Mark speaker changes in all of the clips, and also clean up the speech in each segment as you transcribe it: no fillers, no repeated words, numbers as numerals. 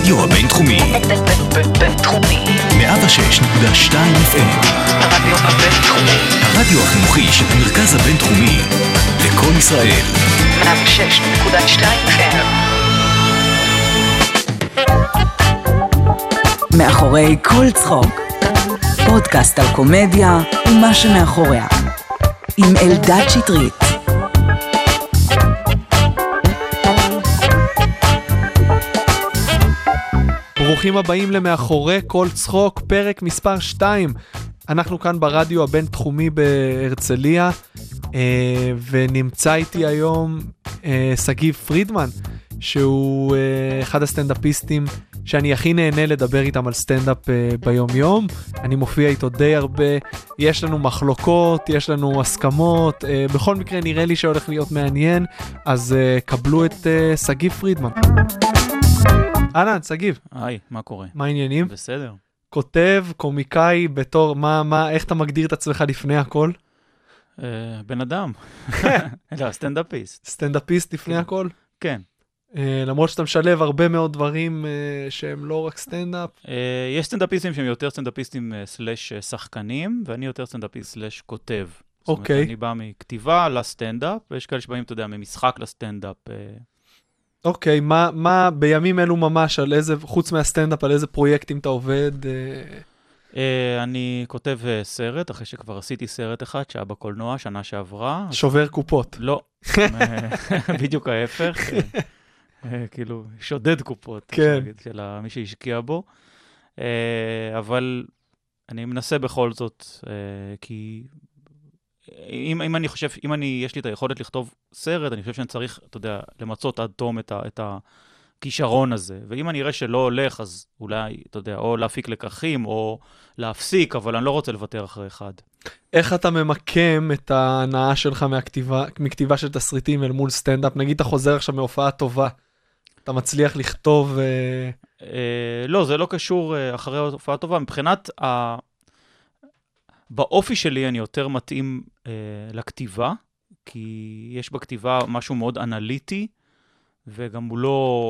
Speaker 1: הרדיו הבינתחומי. בינתחומי. 106.2 FM. הרדיו הבינתחומי. הרדיו החינוכי של המרכז הבינתחומי. לכל ישראל. 106.2 FM.
Speaker 2: מאחורי כל צחוק. פודקאסט על קומדיה ומה שמאחוריה. עם אלדד שטרית.
Speaker 3: ברוכים הבאים למאחורי כל צחוק, פרק מספר 2. אנחנו כאן ברדיו הבינתחומי בהרצליה, ונמצא איתי היום סגיב פרידמן, שהוא אחד הסטנדאפיסטים שאני הכי נהנה לדבר איתם על סטנדאפ ביום יום. אני מופיע איתו די הרבה, יש לנו מחלוקות, יש לנו הסכמות, בכל מקרה נראה לי שהולך להיות מעניין, אז קבלו את סגיב פרידמן. אהלן, סגיב.
Speaker 4: היי, מה קורה?
Speaker 3: מה העניינים?
Speaker 4: בסדר.
Speaker 3: כותב, קומיקאי, בתור, איך אתה מגדיר את עצמך לפני הכל?
Speaker 4: בן אדם. לא, סטנדאפיסט.
Speaker 3: סטנדאפיסט לפני הכל?
Speaker 4: כן.
Speaker 3: למרות שאתה משלב הרבה מאוד דברים שהם לא רק סטנדאפ.
Speaker 4: יש סטנדאפיסטים שהם יותר סטנדאפיסטים סלש שחקנים, ואני יותר סטנדאפיסט סלש כותב.
Speaker 3: אוקיי.
Speaker 4: זאת אומרת, אני בא מכתיבה לסטנדאפ, ויש כאלה שבאים, אתה יודע, ממשחק לסטנדאפ.
Speaker 3: אוקיי, מה בימים אלו ממש, על איזה, חוץ מהסטנדאפ, על איזה פרויקטים אתה עובד?
Speaker 4: אני כותב סרט, אחרי שכבר עשיתי סרט אחד, שהיה בקולנוע, שנה שעברה.
Speaker 3: שובר קופות.
Speaker 4: לא, בדיוק ההפך. כאילו, שודד קופות.
Speaker 3: כן.
Speaker 4: של מי שהשקיע בו. אבל אני מנסה בכל זאת, כי אם אני חושב, יש לי את היכולת לכתוב סרט, אני חושב שאני צריך, אתה יודע, למצות עד תום את הכישרון הזה. ואם אני אראה שלא הולך, אז אולי, אתה יודע, או להפיק לקחים, או להפסיק, אבל אני לא רוצה לוותר אחרי אחד.
Speaker 3: איך אתה ממקם את ההנאה שלך מכתיבה של תסריטים אל מול סטנדאפ? נגיד, אתה חוזר עכשיו מהופעה טובה. אתה מצליח לכתוב...
Speaker 4: לא, זה לא קשור אחרי הופעה טובה. מבחינת באופי שלי אני יותר מתאים לכתיבה, כי יש בכתיבה משהו מאוד אנליטי, וגם הוא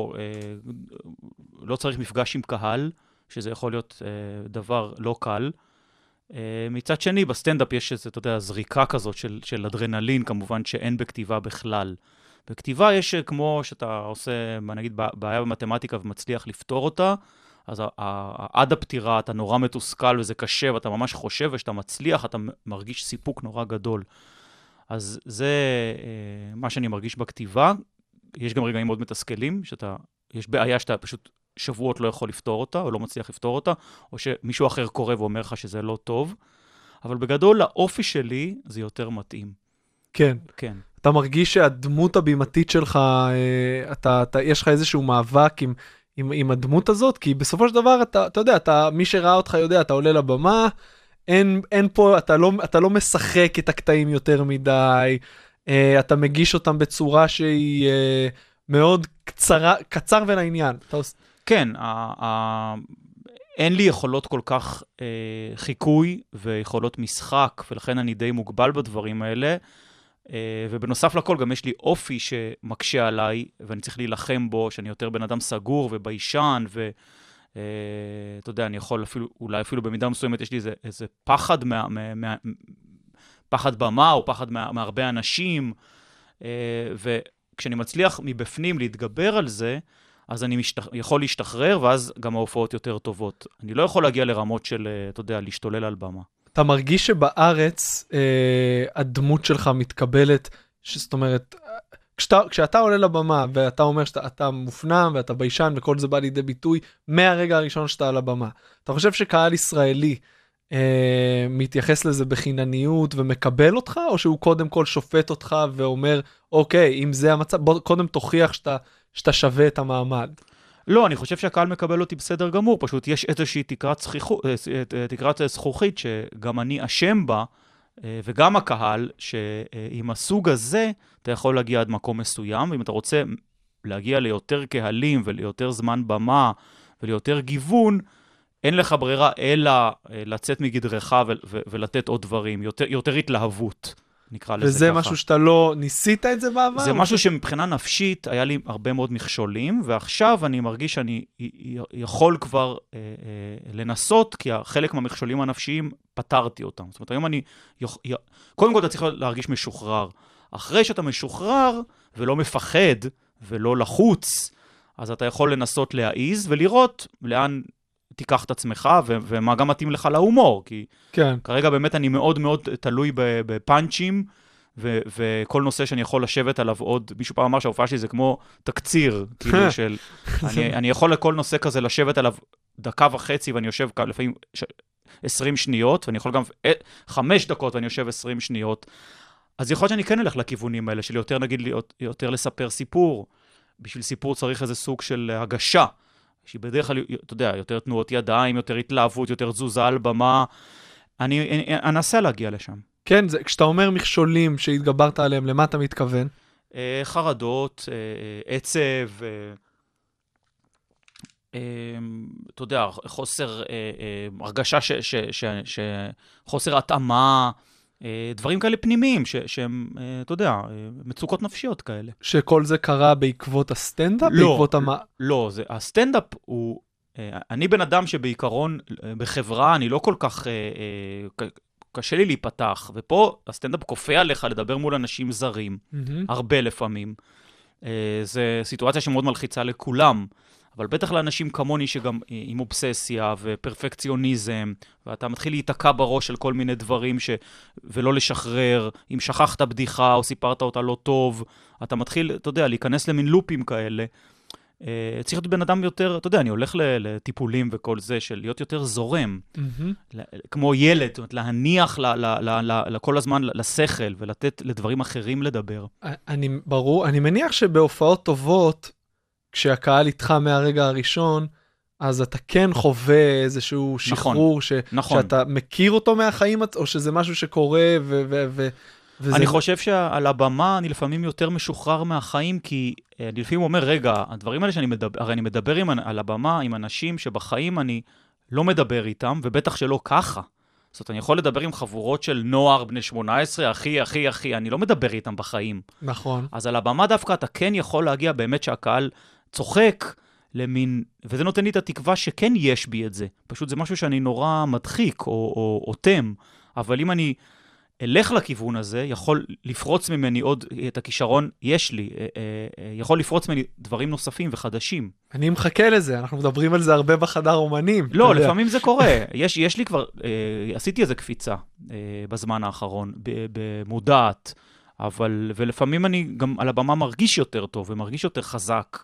Speaker 4: לא צריך מפגש עם קהל, שזה יכול להיות דבר לא קל. מצד שני, בסטנדאפ יש איזו, אתה יודע, זריקה כזאת של אדרנלין, כמובן שאין בכתיבה בכלל. בכתיבה יש כמו שאתה עושה, נגיד, בעיה במתמטיקה ומצליח לפתור אותה, אז עד הפתירה אתה נורא מתוסכל וזה קשה, ואתה ממש חושב, ושאתה מצליח, אתה מרגיש סיפוק נורא גדול. אז זה מה שאני מרגיש בכתיבה. יש גם רגעים מאוד מתסכלים, יש בעיה שאתה פשוט שבועות לא יכול לפתור אותה, או לא מצליח לפתור אותה, או שמישהו אחר קורא ואומר לך שזה לא טוב. אבל בגדול, לאופי שלי זה יותר מתאים.
Speaker 3: כן.
Speaker 4: כן.
Speaker 3: אתה מרגיש שהדמות הבימתית שלך, יש לך איזשהו מאבק עם הדמות הזאת, כי בסופו של דבר, אתה יודע, מי שראה אותך יודע, אתה עולה לבמה, אין פה, אתה לא משחק את הקטעים יותר מדי, אתה מגיש אותם בצורה שהיא מאוד קצר ולעניין.
Speaker 4: כן, אין לי יכולות כל כך חיקוי ויכולות משחק, ולכן אני די מוגבל בדברים האלה, ובנוסף לכל גם יש לי אופי שמקשה עליי, ואני צריך להילחם בו, שאני יותר בן אדם סגור וביישן, ואתה יודע, אני יכול אולי אפילו במידה מסוימת יש לי איזה פחד פחד במה, או פחד מהרבה אנשים, וכשאני מצליח מבפנים להתגבר על זה, אז אני יכול להשתחרר, ואז גם ההופעות יותר טובות. אני לא יכול להגיע לרמות של, אתה יודע, להשתולל על במה.
Speaker 3: אתה מרגיש שבארץ הדמות שלך מתקבלת, זאת אומרת, כשאתה עולה לבמה, ואתה אומר שאתה מופנם, ואתה ביישן, וכל זה בא לידי ביטוי, מהרגע הראשון שאתה על הבמה. אתה חושב שקהל ישראלי מתייחס לזה בחינניות ומקבל אותך, או שהוא קודם כל שופט אותך ואומר, אוקיי, אם זה המצב, בוא קודם תוכיח שאתה שווה את המעמד?
Speaker 4: לא, אני חושב שהקהל מקבל אותי בסדר גמור, פשוט יש איזושהי תקרת זכוכית שגם אני אשם בה, וגם הקהל, שעם הסוג הזה אתה יכול להגיע עד מקום מסוים, ואם אתה רוצה להגיע ליותר קהלים וליותר זמן במה וליותר גיוון, אין לך ברירה אלא לצאת מגדרך ולתת עוד דברים, יותר התלהבות. נקרא לזה ככה.
Speaker 3: וזה משהו שאתה לא ניסית את זה בעבר?
Speaker 4: זה משהו שמבחינה נפשית היה לי הרבה מאוד מכשולים, ועכשיו אני מרגיש שאני יכול כבר לנסות, כי חלק מהמכשולים הנפשיים פתרתי אותם. זאת אומרת, היום קודם כל אתה צריך להרגיש משוחרר. אחרי שאתה משוחרר ולא מפחד ולא לחוץ, אז אתה יכול לנסות להעיז ולראות לאן תיקח את עצמך, ומה גם מתאים לך להומור, כי
Speaker 3: כן.
Speaker 4: כרגע באמת אני מאוד מאוד תלוי בפאנצ'ים, וכל נושא שאני יכול לשבת עליו עוד, מישהו פעם אמר שההופעה שלי זה כמו תקציר, כאילו של, אני יכול לכל נושא כזה לשבת עליו דקה וחצי, ואני יושב לפעמים 20 שניות, ואני יכול גם 5 דקות, ואני יושב 20 שניות, אז יכול להיות שאני כן אלך לכיוונים האלה, של יותר, נגיד, יותר לספר סיפור. בשביל סיפור צריך איזה סוג של הגשה, שהיא בדרך כלל, אתה יודע, יותר תנועות ידיים, יותר התלהבות, יותר תזוזה על במה. אני אנסה להגיע לשם.
Speaker 3: כן, כשאתה אומר מכשולים שהתגברת עליהם, למה אתה מתכוון?
Speaker 4: חרדות, עצב, אתה יודע, חוסר, הרגשה חוסר התאמה, דברים כאלה פנימיים, שהם, אתה יודע, מצוקות נפשיות כאלה.
Speaker 3: שכל זה קרה בעקבות הסטנדאפ?
Speaker 4: לא, הסטנדאפ הוא, אני בן אדם שבעיקרון, בחברה, אני לא כל כך, קשה לי להיפתח, ופה הסטנדאפ כופה עליך לדבר מול אנשים זרים, הרבה לפעמים. זו סיטואציה שמאוד מלחיצה לכולם, אבל בטח לאנשים כמוני שגם עם אובססיה ופרפקציוניזם, ואתה מתחיל להתעקע בראש של כל מיני דברים ולא לשחרר, אם שכחת בדיחה או סיפרת אותה לא טוב, אתה מתחיל, אתה יודע, להיכנס למין לופים כאלה. צריך להיות בן אדם יותר, אתה יודע, אני הולך לטיפולים וכל זה, של להיות יותר זורם, כמו ילד, זאת אומרת, להניח כל הזמן לשכל, ולתת לדברים אחרים לדבר.
Speaker 3: ברור, אני מניח שבהופעות טובות, כשהקהל איתך מהרגע הראשון, אז אתה כן חווה איזשהו שחרור, שאתה מכיר אותו מהחיים, או שזה משהו שקורה,
Speaker 4: אני חושב שעל הבמה אני לפעמים יותר משוחרר מהחיים, כי אני לפעמים אומר, רגע, הדברים האלה שאני מדבר, הרי אני מדבר על הבמה עם אנשים שבחיים אני לא מדבר איתם, ובטח שלא ככה. זאת אומרת, אני יכול לדבר עם חבורות של נוער בני 18, אחי, אני לא מדבר איתם בחיים.
Speaker 3: נכון.
Speaker 4: אז על הבמה דווקא אתה כן יכול להגיע באמת שהקהל צוחק למין, וזה נותן לי את התקווה שכן יש בי את זה. פשוט זה משהו שאני נורא מדחיק או אותם, אבל אם אני אלך לכיוון הזה, יכול לפרוץ ממני עוד את הכישרון, יש לי, יכול לפרוץ ממני דברים נוספים וחדשים.
Speaker 3: אני מחכה לזה, אנחנו מדברים על זה הרבה בחדר אומנים.
Speaker 4: לא, לפעמים זה קורה. יש לי כבר, עשיתי איזה קפיצה בזמן האחרון, במודעת, ולפעמים אני גם על הבמה מרגיש יותר טוב, ומרגיש יותר חזק,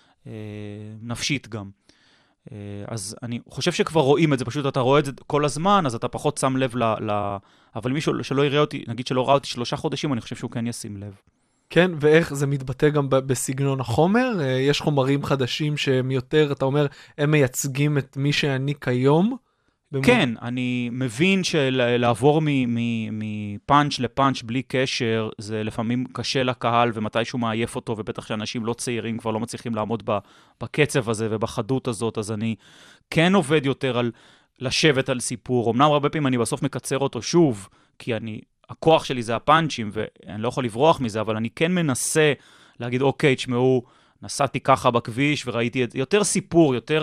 Speaker 4: נפשית גם. אז אני חושב שכבר רואים את זה, פשוט אתה רואה את זה כל הזמן, אז אתה פחות שם לב אבל מישהו שלא יראה אותי, נגיד שלא ראה אותי 3 חודשים, אני חושב שהוא כן ישים לב.
Speaker 3: כן, ואיך זה מתבטא גם בסגנון החומר? יש חומרים חדשים שהם יותר, אתה אומר, הם מייצגים את מי שאני כיום?
Speaker 4: כן, אני מבין שלעבור מפאנץ' לפאנץ' בלי קשר, זה לפעמים קשה לקהל, ומתישהו מעייף אותו, ובטח שאנשים לא צעירים כבר לא מצליחים לעמוד בקצב הזה ובחדות הזאת, אז אני כן עובד יותר על לשבת על סיפור. אמנם הרבה פעמים אני בסוף מקצר אותו שוב, כי הכוח שלי זה הפאנצ'ים, ואני לא יכול לברוח מזה, אבל אני כן מנסה להגיד, אוקיי, תשמעו, נסעתי ככה בכביש, וראיתי את יותר סיפור, יותר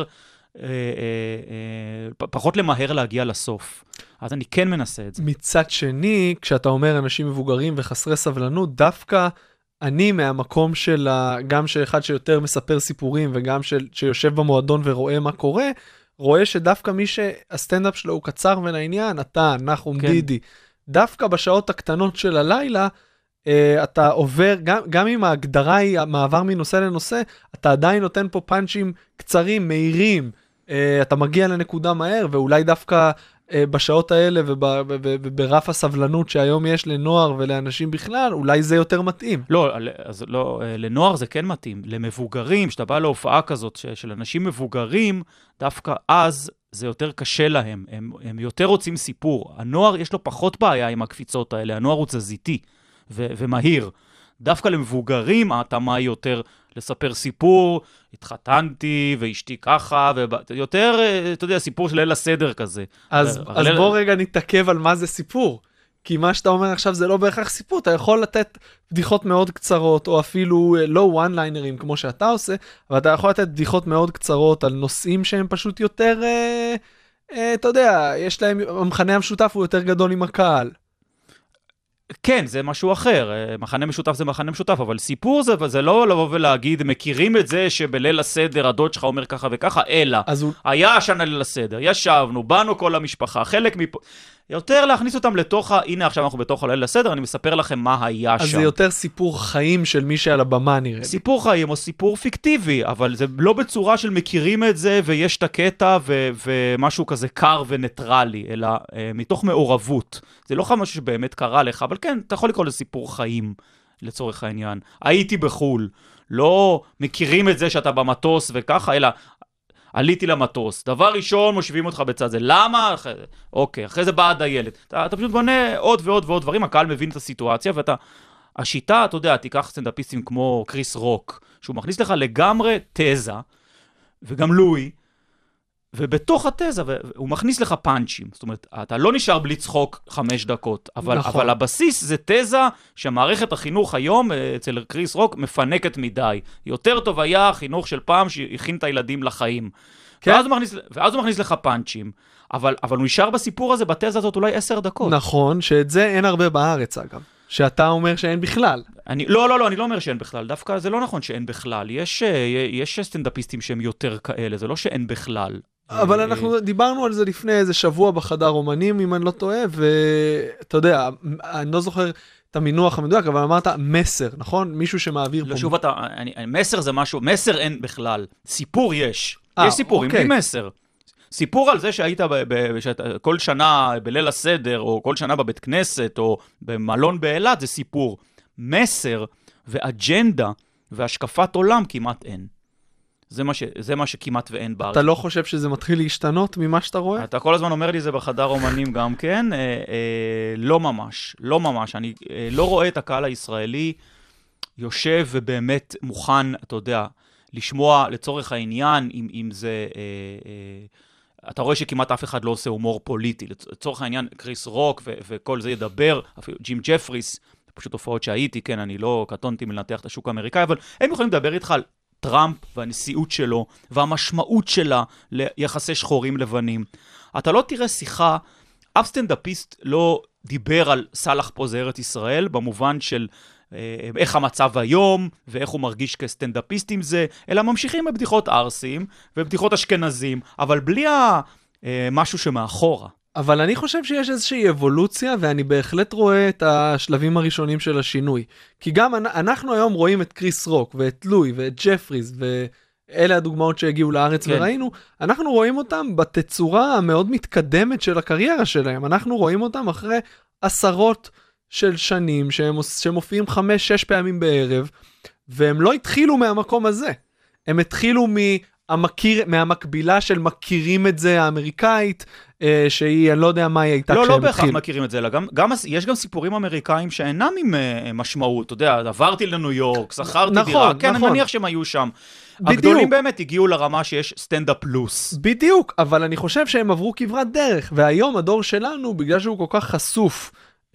Speaker 4: פחות למהר להגיע לסוף. אז אני כן מנסה את זה.
Speaker 3: מצד שני, כשאתה אומר אנשים מבוגרים וחסרי סבלנות, דווקא אני מהמקום של, גם שאחד שיותר מספר סיפורים, וגם שיושב במועדון ורואה מה קורה, רואה שדווקא מי שהסטנדאפ שלו הוא קצר ולעניין, אתה, נחום, כן. דידי, דווקא בשעות הקטנות של הלילה, אתה עובר, גם אם ההגדרה היא מעבר מנושא לנושא, אתה עדיין נותן פה פאנצ'ים קצרים, מהירים, אתה מגיע לנקודה מהר, ואולי דווקא בשעות האלה וברף הסבלנות שהיום יש לנוער ולאנשים בכלל, אולי זה יותר מתאים.
Speaker 4: לא, אז לא, לנוער זה כן מתאים. למבוגרים, שאתה בא להופעה כזאת של אנשים מבוגרים, דווקא אז זה יותר קשה להם. הם יותר רוצים סיפור. הנוער יש לו פחות בעיה עם הקפיצות האלה. הנוער הוא תזזיתי ומהיר. דווקא למבוגרים, ההתאמה היא יותר לספר סיפור, התחתנתי ואשתי ככה, ויותר, אתה יודע, סיפור של ליל הסדר כזה.
Speaker 3: אז בוא רגע נתעכב על מה זה סיפור. כי מה שאתה אומר עכשיו זה לא בהכרח סיפור, אתה יכול לתת בדיחות מאוד קצרות, או אפילו לא one-liner'ים כמו שאתה עושה, אבל אתה יכול לתת בדיחות מאוד קצרות על נושאים שהם פשוט יותר, אתה יודע, יש להם, המכנה המשותף הוא יותר גדול עם הקהל.
Speaker 4: כן, זה משהו אחר, מחנה משותף זה מחנה משותף, אבל סיפור זה לא לבוא ולהגיד, מכירים את זה שבליל הסדר הדוד שלך אומר ככה וככה, אלא, היה השנה ליל הסדר, ישבנו, באנו כל המשפחה, חלק מפה, יותר להכניס אותם לתוך, הנה עכשיו אנחנו בתוך הליל הסדר, אני מספר לכם מה היה שם.
Speaker 3: אז זה יותר סיפור חיים של מי שעל הבמה נראה.
Speaker 4: סיפור חיים או סיפור פיקטיבי, אבל זה לא בצורה של מכירים את זה, ויש את הקטע ומשהו כזה קר וניטרלי, אלא מתוך מעורבות. זה לא משהו שבאמת קרה לך, אבל כן, אתה יכול לקרוא לסיפור חיים, לצורך העניין. הייתי בחול, לא מכירים את זה שאתה במטוס וככה, אלא עליתי למטוס. דבר ראשון, מושיבים אותך בצד זה. למה? אוקיי, אחרי זה בא עד הילד. אתה פשוט בונה עוד ועוד ועוד דברים, הקהל מבין את הסיטואציה, השיטה, אתה יודע, תיקח סטנדאפיסטים כמו קריס רוק, שהוא מכניס לך לגמרי תזה, וגם לואי, ובתוך התזה, הוא מכניס לך פאנצ'ים. זאת אומרת, אתה לא נשאר בלי צחוק 5 דקות, אבל הבסיס זה תזה שמערכת החינוך היום אצל קריס רוק מפנקת מדי. יותר טוב היה החינוך של פעם שהכין את הילדים לחיים. כן? ואז הוא מכניס לך פאנצ'ים. אבל הוא נשאר בסיפור הזה, בתזה הזאת אולי 10 דקות.
Speaker 3: נכון, שאת זה אין הרבה בארץ אגב. שאתה אומר שאין בכלל.
Speaker 4: לא, אני לא אומר שאין בכלל. דווקא זה לא נכון שאין בכלל. יש סטנדאפיסטים שהם יותר כאלה, זה לא שאין בכלל.
Speaker 3: אבל אנחנו דיברנו על זה לפני איזה שבוע בחדר אומנים, אם אני לא טועה, ואתה יודע, אני לא זוכר את המינוח המדויק, אבל אמרת מסר, נכון? מישהו שמעביר פה.
Speaker 4: לא, שוב, מסר זה משהו, מסר אין בכלל. סיפור יש. יש סיפורים בלי מסר. סיפור על זה שהיית כל שנה בליל הסדר, או כל שנה בבית כנסת, או במלון באילת, זה סיפור. מסר ואג'נדה והשקפת עולם כמעט אין. זה מה שכמעט ואין בארץ.
Speaker 3: אתה לא חושב שזה מתחיל להשתנות ממה שאתה רואה?
Speaker 4: אתה כל הזמן אומר לי זה בחדר אומנים גם כן. לא ממש. אני לא רואה את הקהל הישראלי יושב ובאמת מוכן, אתה יודע, לשמוע לצורך העניין, אם זה... אתה רואה שכמעט אף אחד לא עושה הומור פוליטי. לצורך העניין, קריס רוק וכל זה ידבר, אפילו ג'ים ג'פריס, פשוט הופעות שהייתי, כן, אני לא קטונתי מלנתח את השוק האמריקאי, אבל הם יכולים לדבר איתך על טראמפ והנשיאות שלו, והמשמעות שלה ליחסי שחורים לבנים. אתה לא תראה שיחה, אף סטנדאפיסט לא דיבר על סלח פה זה ארץ ישראל, במובן של איך המצב היום, ואיך הוא מרגיש כסטנדאפיסט עם זה, אלא ממשיכים בבדיחות ארסים, ובדיחות אשכנזים, אבל בלי משהו שמאחורה.
Speaker 3: אבל אני חושב שיש איזושהי אבולוציה, ואני בהחלט רואה את השלבים הראשונים של השינוי. כי גם אנחנו היום רואים את קריס רוק, ואת לואי, ואת ג'פריז, ואלה הדוגמאות שהגיעו לארץ וראינו, אנחנו רואים אותם בתצורה המאוד מתקדמת של הקריירה שלהם. אנחנו רואים אותם אחרי עשרות של שנים, שהם מופיעים 5-6 פעמים בערב, והם לא התחילו מהמקום הזה. הם התחילו מהמקבילה של מכירים את זה האמריקאית, שהיא, אני לא יודע מה היא הייתה כשהם התחילו.
Speaker 4: לא בהכרח מכירים את זה, אלא יש גם סיפורים אמריקאים שאינם עם משמעות, אתה יודע, עברתי לניו יורק, שכרתי דירה, כן, אני מניח שהם היו שם. הגדולים באמת הגיעו לרמה שיש סטנדאפ פלוס.
Speaker 3: בדיוק, אבל אני חושב שהם עברו כברת דרך, והיום הדור שלנו, בגלל שהוא כל כך חשוף,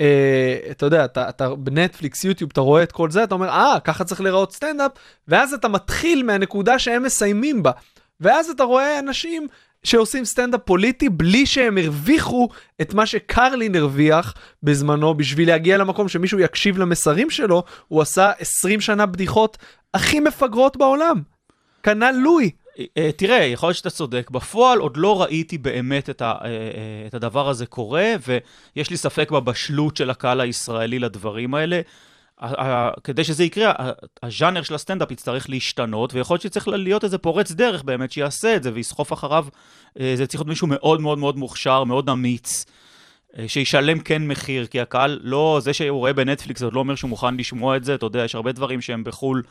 Speaker 3: אתה יודע, אתה בנטפליקס, יוטיוב, אתה רואה את כל זה, אתה אומר, ככה צריך לראות סטנדאפ, ואז אתה מתחיל מהנקודה שהם מסיימים בה, ואז אתה רואה אנשים שעושים סטנדאפ פוליטי, בלי שהם הרוויחו את מה שקרלין הרוויח בזמנו, בשביל להגיע למקום שמישהו יקשיב למסרים שלו, הוא עשה 20 שנה בדיחות הכי מפגרות בעולם. כנ"ל לואי.
Speaker 4: תראה, יכול להיות שאתה צודק, בפועל עוד לא ראיתי באמת את הדבר הזה קורה, ויש לי ספק בבשלות של הקהל הישראלי לדברים האלה. כדי שזה יקרה, הז'אנר של הסטנדאפ יצטרך להשתנות, ויכול להיות שצריך להיות איזה פורץ דרך באמת שיעשה את זה, ויסחוף אחריו, זה צריך להיות מישהו מאוד מאוד מאוד מוכשר, מאוד אמיץ, שישלם כן מחיר, כי הקהל לא, זה שהוא רואה בנטפליקס, זה עוד לא אומר שהוא מוכן לשמוע את זה, אתה יודע, יש הרבה דברים שהם בחול,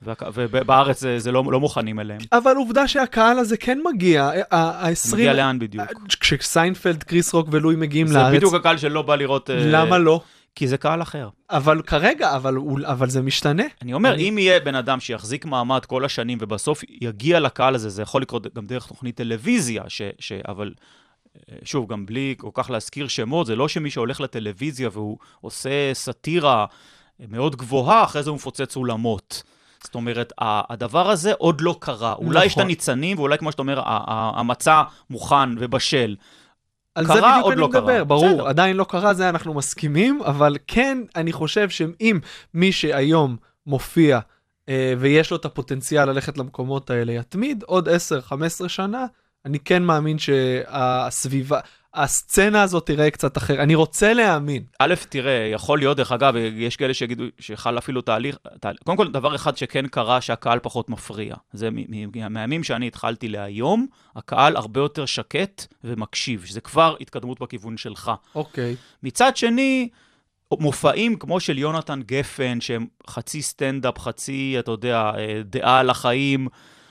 Speaker 4: ובארץ זה לא מוכנים אליהם.
Speaker 3: אבל עובדה שהקהל הזה כן מגיע,
Speaker 4: מגיע לאן בדיוק?
Speaker 3: כשסיינפלד, קריס רוק ולואי מגיעים לארץ.
Speaker 4: זה בדיוק הקהל שלא בא לראות...
Speaker 3: למה לא?
Speaker 4: כי זה קהל אחר.
Speaker 3: אבל כרגע, אבל זה משתנה.
Speaker 4: אני אומר, אם יהיה בן אדם שיחזיק מעמד כל השנים, ובסוף יגיע לקהל הזה, זה יכול לקרות גם דרך תוכנית טלוויזיה, אבל שוב, גם בלי כל כך להזכיר שמות, זה לא שמי שהולך לטלוויזיה והוא עושה סאטירה מאוד גבוהה, אחרי זה הוא מפוצץ אולמות. זאת אומרת, הדבר הזה עוד לא קרה. אולי יש את הניצנים, ואולי כמו שאתה אומר, המצע מוכן ובשל.
Speaker 3: על זה בדיוק אני מדבר, ברור, עדיין לא קרה, זה אנחנו מסכימים, אבל כן, אני חושב שאם מי שהיום מופיע, ויש לו את הפוטנציאל ללכת למקומות האלה, יתמיד עוד 10-15 שנה, אני כן מאמין שהסביבה, הסצנה הזאת תראה קצת אחר. אני רוצה להאמין.
Speaker 4: א', תראה, יכול להיות, דרך אגב, יש כאלה שיגידו שחל אפילו תהליך. קודם כל, דבר אחד שכן קרה, שהקהל פחות מפריע. זה מהימים שאני התחלתי להיום, הקהל הרבה יותר שקט ומקשיב, שזה כבר התקדמות בכיוון שלך.
Speaker 3: אוקיי.
Speaker 4: מצד שני, מופעים כמו של יונתן גפן, שהם חצי סטנדאפ, חצי, אתה יודע, דעה על החיים,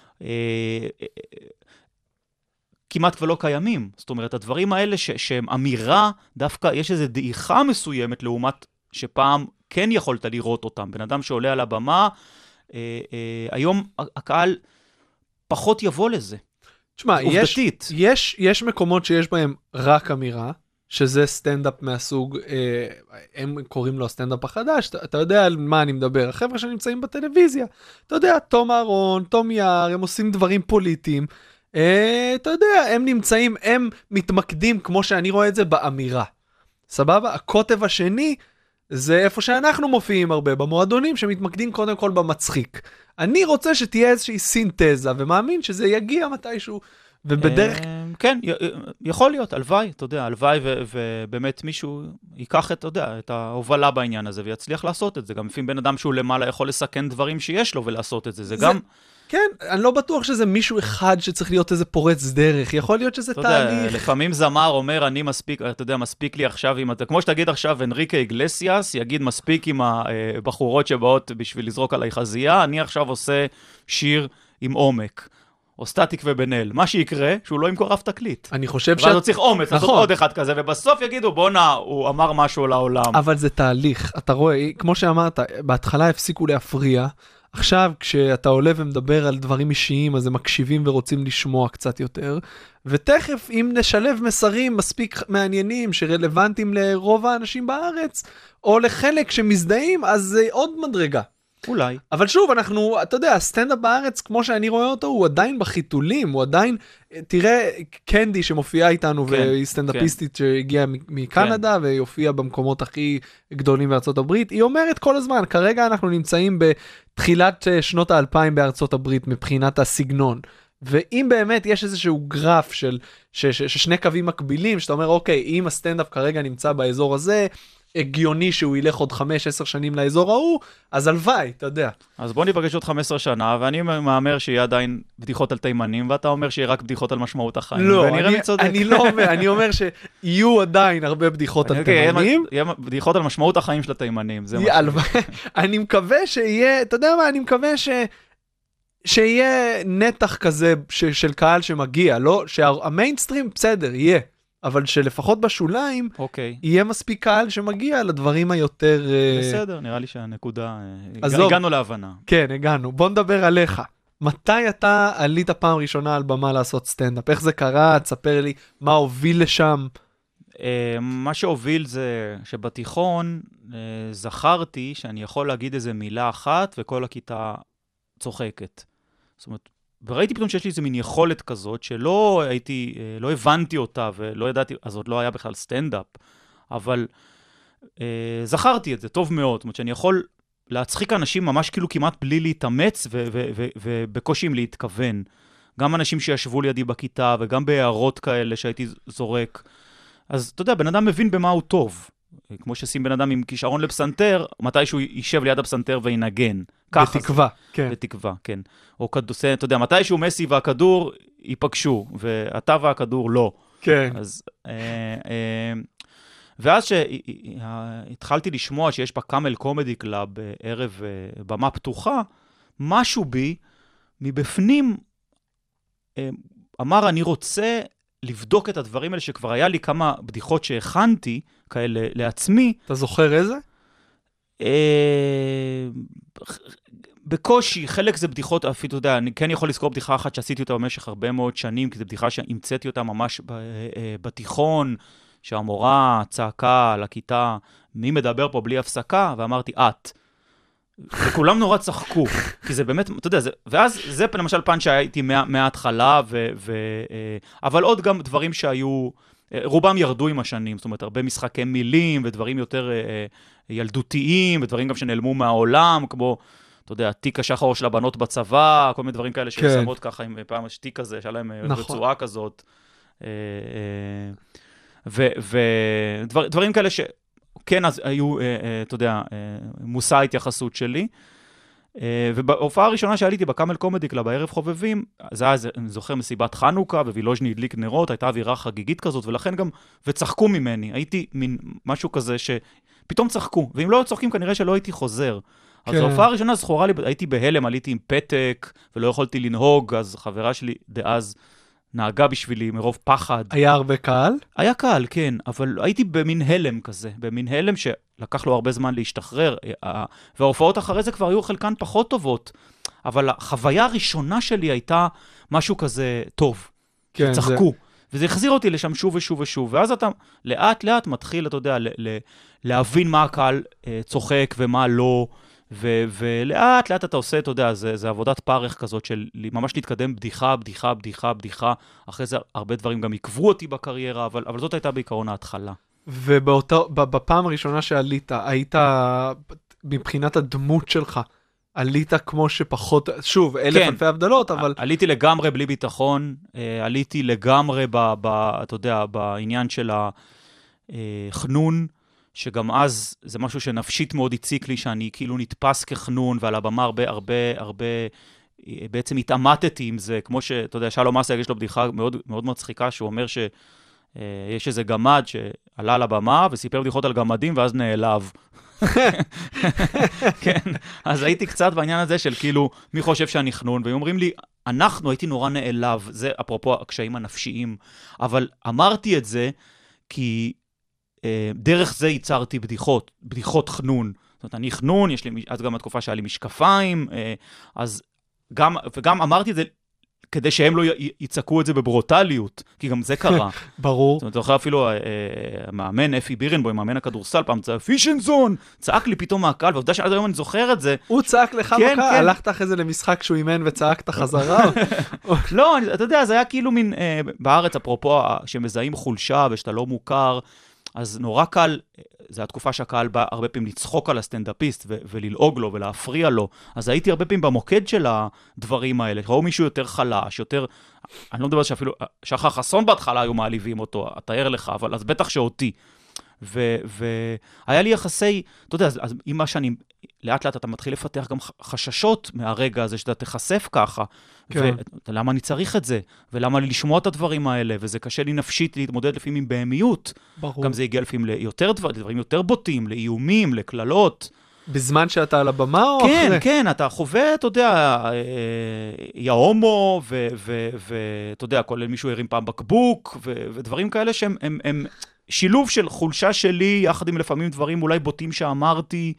Speaker 4: כמעט ולא קיימים. זאת אומרת, הדברים האלה שהם אמירה, דווקא יש איזו דעיכה מסוימת לעומת שפעם כן יכולת לראות אותם. בן אדם שעולה על הבמה, היום הקהל פחות יבוא לזה.
Speaker 3: תשמע, יש מקומות שיש בהם רק אמירה, שזה סטנדאפ מהסוג, הם קוראים לו הסטנדאפ החדש, אתה יודע על מה אני מדבר, החבר'ה שנמצאים בטלוויזיה, אתה יודע, תום אהרון, תום יער, הם עושים דברים פוליטיים, אתה יודע, הם נמצאים, הם מתמקדים, כמו שאני רואה את זה, באמירה. סבבה? הקוטב השני, זה איפה שאנחנו מופיעים הרבה, במועדונים שמתמקדים קודם כל במצחיק. אני רוצה שתהיה איזושהי סינתזה, ומאמין שזה יגיע מתישהו, ובדרך...
Speaker 4: כן, יכול להיות, הלוואי, אתה יודע, הלוואי ובאמת מישהו ייקח את ההובלה בעניין הזה, ויצליח לעשות את זה. גם לפעמים בן אדם שהוא למעלה יכול לסכן דברים שיש לו ולעשות את זה. זה גם...
Speaker 3: כן, אני לא בטוח שזה מישהו אחד שצריך להיות איזה פורץ דרך, יכול להיות שזה תהליך.
Speaker 4: לפעמים זמר אומר, אני מספיק, אתה יודע, מספיק לי עכשיו, כמו שתגיד עכשיו, אנריקה איגלסיאס, יגיד מספיק עם הבחורות שבאות בשביל לזרוק עליי חזייה, אני עכשיו עושה שיר עם עומק, או סטטיק ובן-אל. מה שיקרה, שהוא לא ימכור אף תקליט.
Speaker 3: אני חושב
Speaker 4: ואז הוא צריך אומץ, לעשות עוד אחד כזה, ובסוף יגידו, בונה, הוא אמר משהו לעולם.
Speaker 3: אבל זה תהליך, אתה רואה, כמו שאמרת, בהתחלה הפסיקו להפריע, עכשיו, כשאתה עולה ומדבר על דברים אישיים, אז הם מקשיבים ורוצים לשמוע קצת יותר, ותכף, אם נשלב מסרים מספיק מעניינים, שרלוונטיים לרוב האנשים בארץ, או לחלק שמזדהים, אז זה עוד מדרגה.
Speaker 4: אולי.
Speaker 3: אבל שוב, אתה יודע, הסטנדאפ בארץ, כמו שאני רואה אותו, הוא עדיין בחיתולים, הוא עדיין, תראה, קנדי שמופיעה איתנו, והיא סטנדאפיסטית שהגיעה מקנדה, והיא הופיעה במקומות הכי גדולים בארצות הברית, היא אומרת כל הזמן, כרגע אנחנו נמצאים בתחילת שנות ה-2000 בארצות הברית, מבחינת הסגנון, ואם באמת יש איזשהו גרף של שני קווים מקבילים, שאתה אומר, אוקיי, אם הסטנדאפ כרגע נמצא באזור הזה, הגיוני שהוא ילך עוד 5-10 שנים לאזור ההוא, אז הלוואי, אתה יודע.
Speaker 4: אז בוא ניפגש עוד 15 שנה, ואני מאמר שיהיה עדיין בדיחות על תימנים, ואתה אומר שיהיה רק בדיחות על משמעות החיים.
Speaker 3: לא, אני לא אומר, אני אומר שיהיו עדיין הרבה בדיחות על תימנים.
Speaker 4: יהיה בדיחות על משמעות החיים של התימנים, זה מה
Speaker 3: אני מקווה שיהיה, אתה יודע מה, אני מקווה שיהיה נתח כזה של קהל שמגיע, לא, שהמיינסטרים בסדר, יהיה. אבל שלפחות בשוליים, יהיה מספיק קהל שמגיע לדברים היותר...
Speaker 4: בסדר, נראה לי שהנקודה... הגענו להבנה.
Speaker 3: כן, הגענו. בוא נדבר עליך. מתי אתה עלית פעם ראשונה על במה לעשות סטנדאפ? איך זה קרה? תספר לי מה הוביל לשם.
Speaker 4: מה שהוביל זה שבתיכון זכרתי שאני יכול להגיד איזה מילה אחת, וכל הכיתה צוחקת. זאת אומרת, וראיתי פתאום שיש לי איזו מין יכולת כזאת, שלא הייתי, לא הבנתי אותה, ולא ידעתי, אז עוד לא היה בכלל סטנדאפ, אבל זכרתי את זה טוב מאוד, זאת אומרת שאני יכול להצחיק אנשים ממש כאילו כמעט בלי להתאמץ, ובקושי עם להתכוון. גם אנשים שישבו לידי בכיתה, וגם בהערות כאלה שהייתי זורק. אז אתה יודע, בן אדם מבין במה הוא טוב. כמו ששים בן אדם עם כישרון לפסנתר, מתי שהוא יישב ליד הפסנתר וינגן.
Speaker 3: בתקווה, כן.
Speaker 4: בתקווה, כן. או כדוסה, אתה יודע, מתי שהוא מסי והכדור ייפגשו, ואתה והכדור לא.
Speaker 3: כן.
Speaker 4: אז, ואז שהתחלתי לשמוע שיש בקאמל קומדי קלאב ערב במה פתוחה, משהו בי, מבפנים, אמר, אני רוצה לבדוק את הדברים האלה, שכבר היה לי כמה בדיחות שהכנתי, כאלה לעצמי.
Speaker 3: אתה זוכר איזה?
Speaker 4: בקושי, חלק זה בדיחות, אפילו, אתה יודע, אני כן יכול לזכור בדיחה אחת שעשיתי אותה במשך הרבה מאוד שנים, כי זו בדיחה שהמצאתי אותה ממש בתיכון, שהמורה צעקה לכיתה, מי מדבר פה בלי הפסקה? ואמרתי, את. וכולם נורא צחקו, כי זה באמת, אתה יודע, ואז זה למשל פן שהייתי מההתחלה, אבל עוד גם דברים שהיו, רובם ירדו עם השנים, זאת אומרת, הרבה משחקי מילים, ודברים יותר ילדותיים, ודברים גם שנעלמו מהעולם, כמו, אתה יודע, תיק השחור של הבנות בצבא, כל מיני דברים כאלה ששמות ככה, עם פעם השתיק הזה, שהיה להם רצועה כזאת, ודברים כאלה שכן אז היו, אתה יודע, מושא ההתייחסות שלי, ובהופעה הראשונה שעליתי בקאמל קומדי קלאב, בערב חובבים, זה היה, אני זוכר, מסיבת חנוכה, ווילוז'ני הדליק נרות, הייתה אווירה חגיגית כזאת, ולכן גם, וצחקו ממני, הייתי מין משהו כזה שפתאום צחקו, ואם לא צוחקים כנראה שלא הייתי חוזר. אז ההופעה הראשונה זכורה לי, הייתי בהלם, עליתי עם פתק, ולא יכולתי לנהוג, אז חברה שלי דאז נהגה בשבילי מרוב פחד.
Speaker 3: היה הרבה קהל?
Speaker 4: היה קהל, כן, אבל הייתי במין הלם כזה, במין הלם שלקח לו הרבה זמן להשתחרר, וההופעות אחרי זה כבר היו חלקן פחות טובות, אבל החוויה הראשונה שלי הייתה משהו כזה טוב,
Speaker 3: כן,
Speaker 4: צחקו, וזה החזיר אותי לשם שוב ושוב ושוב, ואז אתה לאט לאט מתחיל, אתה יודע, להבין מה הקהל צוחק ומה לא, ולאט לאט אתה עושה, אתה יודע, זה עבודת פרח כזאת של ממש להתקדם בדיחה, בדיחה, בדיחה, בדיחה, אחרי זה הרבה דברים גם עקבו אותי בקריירה, אבל זאת הייתה בעיקרון ההתחלה.
Speaker 3: ובפעם הראשונה שעלית, היית מבחינת הדמות שלך, עלית כמו שפחות, שוב, אלף אלפי הבדלות, אבל...
Speaker 4: עליתי לגמרי בלי ביטחון, עליתי לגמרי, אתה יודע, בעניין של החנון, שגם אז זה משהו שנפשית מאוד הציק לי, שאני כאילו נתפס כחנון, ועל הבמה הרבה, בעצם התאמתתי עם זה, כמו שאתה יודע, שלום אסייג יש לו בדיחה מאוד, מאוד מצחיקה, שהוא אומר שיש איזה גמד שעלה על הבמה, וסיפר בדיחות על גמדים, ואז נעלב. כן, אז הייתי קצת בעניין הזה של כאילו, מי חושב שאני חנון, והם אומרים לי, הייתי נורא נעלב, זה אפרופו הקשיים הנפשיים, אבל אמרתי את זה, כי דרך זה ייצרתי בדיחות חנון. זאת אומרת, אני חנון, יש לי, אז גם התקופה שהיה לי משקפיים, וגם אמרתי את זה, כדי שהם לא יצעקו את זה בברוטליות, כי גם זה קרה.
Speaker 3: ברור.
Speaker 4: זאת אומרת, זוכר אפילו המאמן אפי בירנבוים, מאמן הכדורסל, פעם צעק, פישנזון, צעק לי פתאום מהקהל, ועובדה שעד היום אני זוכר את זה.
Speaker 3: הוא צעק לך בקהל, הלכת אחרי זה למשחק שהוא אימן וצעקת חזרה?
Speaker 4: לא, אתה יודע, זה היה כאילו מין, בארץ, אפרופו, שמזהים חולשה ושאתה לא מוכר, אז נורא קל, זו התקופה שהקהל בא הרבה פעמים לצחוק על הסטנדאפיסט וללעוג לו ולהפריע לו, אז הייתי הרבה פעמים במוקד של הדברים האלה, ראו מישהו יותר חלש, יותר, אני לא מדבר שאפילו, שחר חסון בהתחלה היו מעליבים אותו, תאר לך, אבל אז בטח שאותי, והיה לי יחסי, אתה יודע, אז עם מה שאני, לאט לאט אתה מתחיל לפתח גם חששות מהרגע הזה, שאתה תחשף ככה, ולמה אני צריך את זה, ולמה לי לשמוע את הדברים האלה, וזה קשה לי נפשית להתמודד לפעמים עם בהמיות, גם זה הגיע לפעמים ליותר דברים יותר בוטים, לאיומים, לכללות.
Speaker 3: בזמן שאתה על הבמה או אחרי?
Speaker 4: כן, כן, אתה חווה, אתה יודע, יהומו, ואתה יודע, כולל מישהו הרים פעם בקבוק, ודברים כאלה שהם שילוב של חולשה שלי, יחד עם לפעמים דברים אולי בוטים שאמרתי,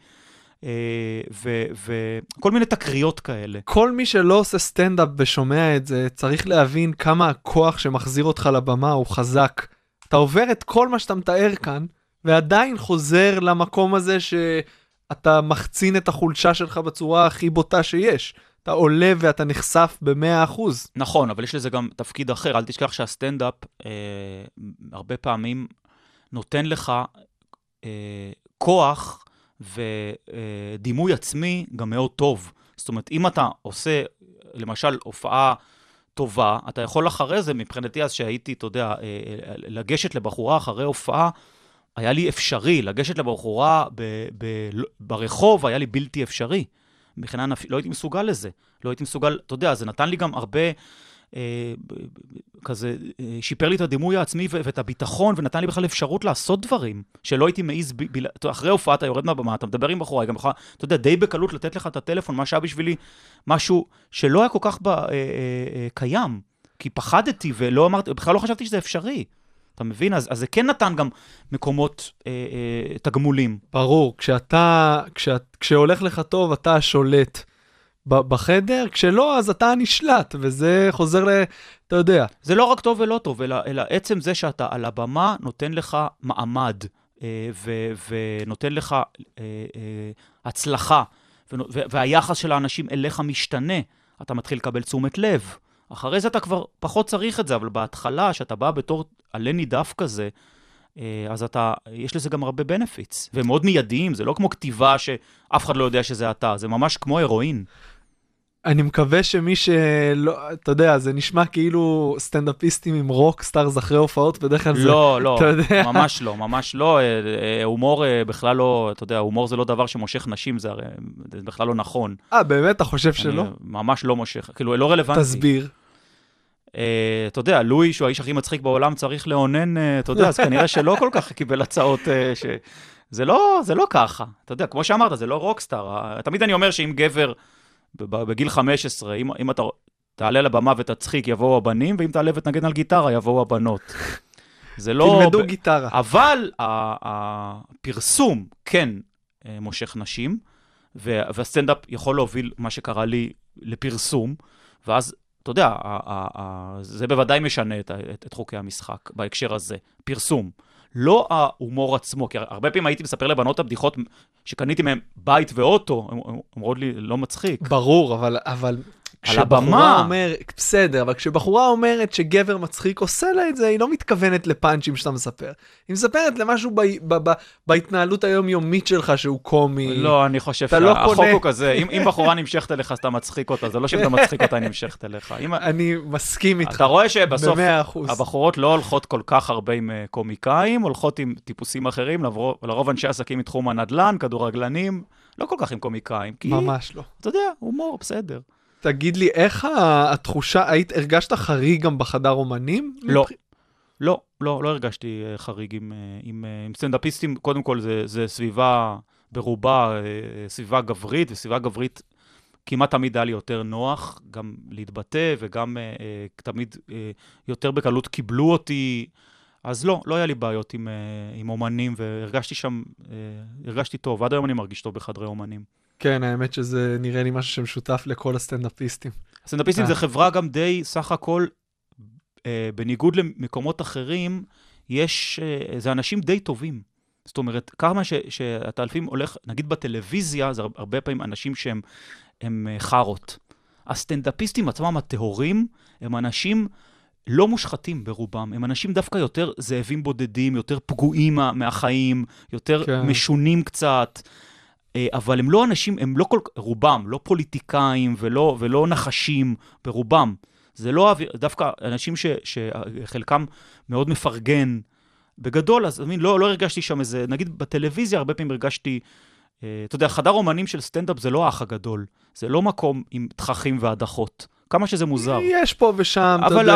Speaker 4: וכל מיני תקריות כאלה.
Speaker 3: כל מי שלא עושה סטנדאפ ושומע את זה, צריך להבין כמה הכוח שמחזיר אותך לבמה הוא חזק. אתה עובר את כל מה שאתה מתאר כאן, ועדיין חוזר למקום הזה שאתה מחצין את החולשה שלך בצורה הכי בוטה שיש. אתה עולה ואתה נחשף ב100%.
Speaker 4: נכון, אבל יש לזה גם תפקיד אחר. אל תשכח שהסטנדאפ הרבה פעמים נותן לך כוח ודימוי עצמי גם מאוד טוב. זאת אומרת, אם אתה עושה, למשל, הופעה טובה, אתה יכול אחרי זה, מבחינתי אז שהייתי, אתה יודע, לגשת לבחורה אחרי הופעה, היה לי אפשרי, לגשת לבחורה ברחוב, היה לי בלתי אפשרי. מבחינה נפשית, לא הייתי מסוגל לזה. לא הייתי מסוגל, אתה יודע, זה נתן לי גם הרבה, כזה, שיפר לי את הדימוי העצמי ואת הביטחון, ונתן לי בכלל אפשרות לעשות דברים, שלא הייתי מעיז, אחרי הופעה אתה יורד מהבמה, אתה מדבר עם בחורה, גם אתה יודע, די בקלות לתת לך את הטלפון, מה שהיה בשבילי, משהו שלא היה כל כך קיים, כי פחדתי ולא אמרתי, בכלל לא חשבתי שזה אפשרי. אתה מבין? אז זה כן נתן גם מקומות תגמולים.
Speaker 3: ברור, כשהולך לך טוב, אתה שולט. בחדר, כשלא, אז אתה נשלט, וזה חוזר אתה יודע.
Speaker 4: זה לא רק טוב ולא טוב, אלא עצם זה שאתה על הבמה נותן לך מעמד, ונותן לך הצלחה, והיחס של האנשים אליך משתנה, אתה מתחיל לקבל תשומת לב. אחרי זה אתה כבר פחות צריך את זה, אבל בהתחלה, שאתה בא בתור עלה נידף כזה, אז יש לזה גם הרבה בנפיץ, ומאוד מיידיים, זה לא כמו כתיבה שאף אחד לא יודע שזה אתה, זה ממש כמו הרואין.
Speaker 3: אני מקווה שמי שלא, אתה יודע, זה נשמע כאילו סטנדאפיסטים עם רוק סטארס אחרי הופעות, בדרך כלל זה,
Speaker 4: לא, ממש לא, הומור בכלל לא, אתה יודע, הומור זה לא דבר שמושך נשים, זה בכלל לא נכון.
Speaker 3: באמת, אתה חושב שלא?
Speaker 4: ממש לא מושך, כאילו, לא רלוונטי.
Speaker 3: תסביר.
Speaker 4: אתה יודע, לואי, שהוא האיש הכי מצחיק בעולם, צריך לעונן, אתה יודע, אז כנראה שלא כל כך קיבל הצעות זה לא ככה. אתה יודע, כמו שאמרת, זה לא רוקסטאר. תמיד אני אומר שאם גבר בגיל 15, אם אתה תעלה לבמה ותצחיק, יבואו הבנים, ואם תעלה ותנגן על גיטרה, יבואו הבנות. זה לא...
Speaker 3: תלמדו גיטרה.
Speaker 4: אבל הפרסום כן מושך נשים, והסטנדאפ יכול להוביל מה שקרה לי לפרסום, ואז, אתה יודע, זה בוודאי משנה את חוקי המשחק בהקשר הזה. פרסום. לא ההומור עצמו, כי הרבה פעמים הייתי מספר לבנות הבדיחות שקניתי מהם בית ואוטו, הם אומרות לי, לא מצחיק.
Speaker 3: ברור, אבל
Speaker 4: על הבמה.
Speaker 3: בסדר, אבל כשבחורה אומרת שגבר מצחיק עושה לה את זה, היא לא מתכוונת לפאנצ'ים שאתה מספר. היא מספרת למשהו בהתנהלות היומיומית שלך שהוא קומי.
Speaker 4: לא, אני חושב שהחוק הוא כזה, אם בחורה נמשכת אליך, אז אתה מצחיק אותה, זה לא שאתה מצחיק אותה, היא נמשכת אליך.
Speaker 3: אני מסכים איתך.
Speaker 4: אתה רואה שבסוף הבחורות לא הולכות כל כך הרבה עם קומיקאים, הולכות עם טיפוסים אחרים, לרוב אנשי עסקים מתחום הנדל"ן, כדורגלנים, לא כל כך עם קומיקאים.
Speaker 3: ממש לא.
Speaker 4: אתה יודע, הומור, בסדר.
Speaker 3: תגיד לי, איך התחושה, הרגשת חריג גם בחדר אומנים?
Speaker 4: לא הרגשתי חריג עם סטנדאפיסטים. קודם כל, זה סביבה ברובה, סביבה גברית, וסביבה גברית כמעט תמיד היה לי יותר נוח, גם להתבטא, וגם תמיד יותר בקלות קיבלו אותי. אז לא היה לי בעיות עם אומנים, והרגשתי שם, הרגשתי טוב. עד היום אני מרגיש טוב בחדרי אומנים.
Speaker 3: כן, האמת שזה נראה לי משהו שמשותף לכל הסטנדאפיסטים.
Speaker 4: הסטנדאפיסטים זה חברה גם די, סך הכל, בניגוד למקומות אחרים, זה אנשים די טובים. זאת אומרת, כמה שאתה אלפים הולך, נגיד בטלוויזיה, זה הרבה פעמים אנשים שהם חרות. הסטנדאפיסטים עצמם, הטהורים, הם אנשים לא מושחתים ברובם. הם אנשים דווקא יותר זאבים בודדים, יותר פגועים מהחיים, יותר משונים קצת. אבל הם לא אנשים, הם לא רובם, לא פוליטיקאים ולא נחשים ברובם. זה לא דווקא אנשים שחלקם מאוד מפרגן בגדול, אז לא הרגשתי שם איזה, נגיד בטלוויזיה הרבה פעמים הרגשתי, אתה יודע, חדר אומנים של סטנדאפ זה לא האח הגדול, זה לא מקום עם תככים והדחות, כמה שזה מוזר.
Speaker 3: יש פה ושם,
Speaker 4: אבל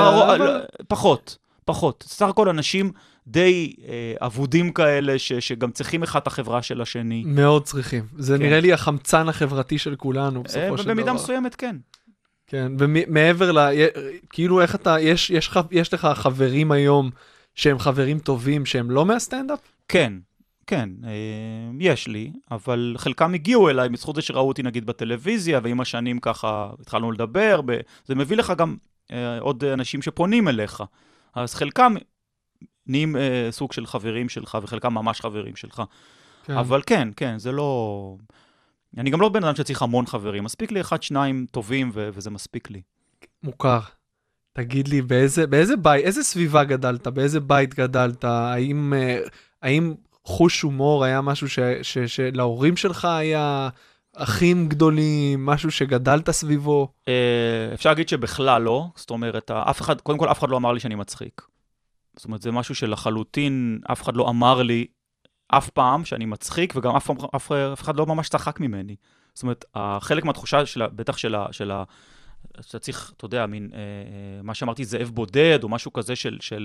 Speaker 4: פחות. סך הכל אנשים די עבודים כאלה, שגם צריכים אחד את החברה של השני.
Speaker 3: מאוד צריכים. זה נראה לי החמצן החברתי של כולנו, בסופו של דבר.
Speaker 4: במידה מסוימת, כן.
Speaker 3: כן, ומעבר כאילו איך יש לך חברים היום, שהם חברים טובים, שהם לא מהסטנדאפ?
Speaker 4: כן, יש לי, אבל חלקם הגיעו אליי, בזכות זה שראו אותי נגיד בטלוויזיה, ועם השנים ככה התחלנו לדבר, זה מביא לך גם עוד אנשים שפונים אליך. אז חלקם נהיים סוג של חברים שלך, וחלקם ממש חברים שלך. כן. אבל כן, זה לא... אני גם לא בן אדם שצריך המון חברים, מספיק לי 1-2 טובים, וזה מספיק לי. מוכר.
Speaker 3: תגיד לי, באיזה בית, איזה סביבה גדלת? באיזה בית גדלת? האם חוש הומור היה משהו שלהורים שלך היה אחים גדולים, משהו שגדלת סביבו?
Speaker 4: אפשר להגיד שבכלל לא. זאת אומרת, קודם כל אף אחד לא אמר לי שאני מצחיק. זאת אומרת, זה משהו שלחלוטין אף אחד לא אמר לי אף פעם שאני מצחיק, וגם אף אחד לא ממש צחק ממני. זאת אומרת, חלק מהתחושה בטח שאתה צריך, אתה יודע, מין, מה שאמרתי, זאב בודד, או משהו כזה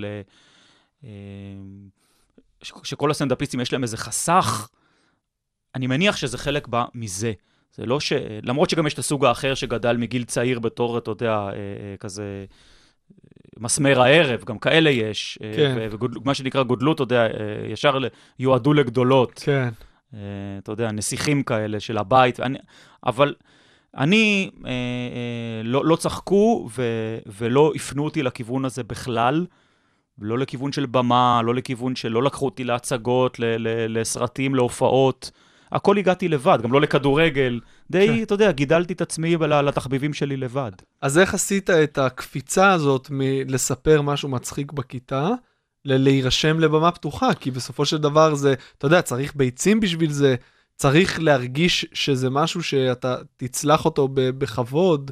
Speaker 4: שכל הסטנדאפיסטים יש להם איזה חסך, אני מניח שזה חלק בה מזה. זה לא למרות שגם יש את הסוג האחר שגדל מגיל צעיר בתור, אתה יודע, כזה מסמר הערב, גם כאלה יש, ומה שנקרא גודלות, אתה יודע, ישר יועדו לגדולות.
Speaker 3: כן.
Speaker 4: אתה יודע, נסיכים כאלה של הבית, אבל אני, לא צחקו ולא הפנו אותי לכיוון הזה בכלל, לא לכיוון של במה, לא לכיוון שלא לקחו אותי להצגות, לסרטים, להופעות, הכל הגעתי לבד, גם לא לכדורגל, די, אתה יודע, גידלתי את עצמי לתחביבים שלי לבד.
Speaker 3: אז איך עשית את הקפיצה הזאת מלספר משהו מצחיק בכיתה, להירשם לבמה פתוחה? כי בסופו של דבר זה, אתה יודע, צריך ביצים בשביל זה, צריך להרגיש שזה משהו שאתה תצלח אותו בכבוד.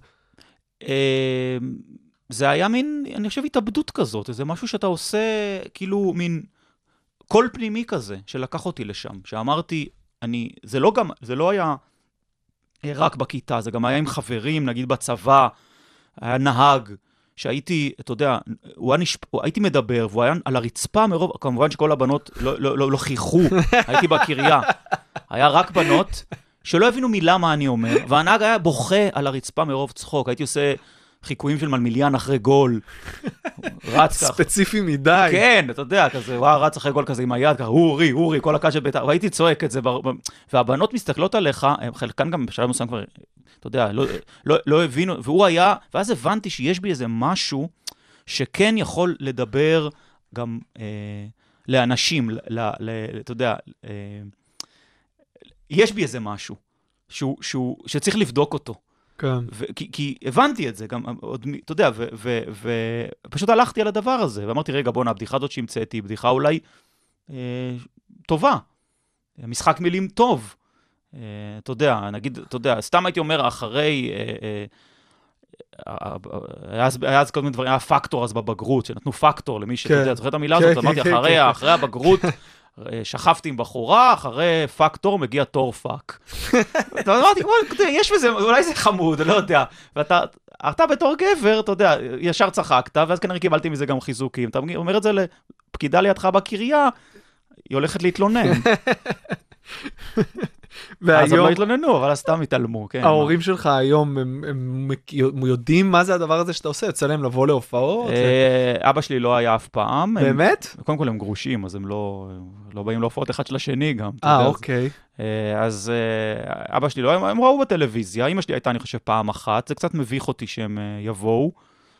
Speaker 4: זה היה מין, אני חושב, התאבדות כזאת, זה משהו שאתה עושה, כאילו, מין קול פנימי כזה, שלקח אותי לשם, שאמרתי, זה לא היה רק בכיתה, זה גם היה עם חברים, נגיד בצבא, היה נהג, שהייתי, אתה יודע, הייתי מדבר, והוא היה על הרצפה מרוב, כמובן שכל הבנות לא חייכו, הייתי בקריה, היה רק בנות, שלא הבינו מילה מה אני אומר, והנהג היה בוכה על הרצפה מרוב צחוק, הייתי עושה חיקויים של מלמיליאן אחרי גול, רץ ככה.
Speaker 3: ספציפי מדי.
Speaker 4: כן, אתה יודע, כזה, רץ אחרי גול כזה עם היד, ככה, אורי, כל הקהל של בית"ר, והייתי צועק את זה, והבנות מסתכלות עליך, חלקן גם בשלב מסוים כבר, אתה יודע, לא הבינו, והוא היה, ואז הבנתי שיש בי איזה משהו, שכן יכול לדבר גם לאנשים, אתה יודע, יש בי איזה משהו, שצריך לבדוק אותו. כי הבנתי את זה, גם, אתה יודע, ופשוט הלכתי על הדבר הזה, ואמרתי, רגע, בוא, הבדיחה הזאת שהמצאתי, בדיחה אולי טובה, משחק מילים טוב, אתה יודע, נגיד, אתה יודע, סתם הייתי אומר, אחרי, היה אז כל מיני דברים, היה פקטור אז בבגרות, שנתנו פקטור למי שאתה יודע, זוכר את המילה הזאת, אמרתי, אחרי הבגרות, שכבתי עם בחורה, אחרי פקטור מגיע תור פק. אמרתי, יש בזה, אולי זה חמוד, לא יודע. ואתה בתור גבר, אתה יודע, ישר צחקת, ואז כנראה קיבלתי מזה גם חיזוקים. אתה אומר את זה לפקידה לידך בקריה, היא הולכת להתלונן. אז הם לא התלוננו, אבל סתם התעלמו.
Speaker 3: ההורים שלך היום, הם יודעים מה זה הדבר הזה שאתה עושה? יוצא להם לבוא להופעות?
Speaker 4: אבא שלי לא היה אף פעם.
Speaker 3: באמת?
Speaker 4: קודם כל הם גרושים, אז הם לא באים להופעות אחד של השני גם.
Speaker 3: אוקיי.
Speaker 4: אז אבא שלי לא, הם ראו בטלוויזיה, אמא שלי הייתה, אני חושב, פעם אחת, זה קצת מביך אותי שהם יבואו.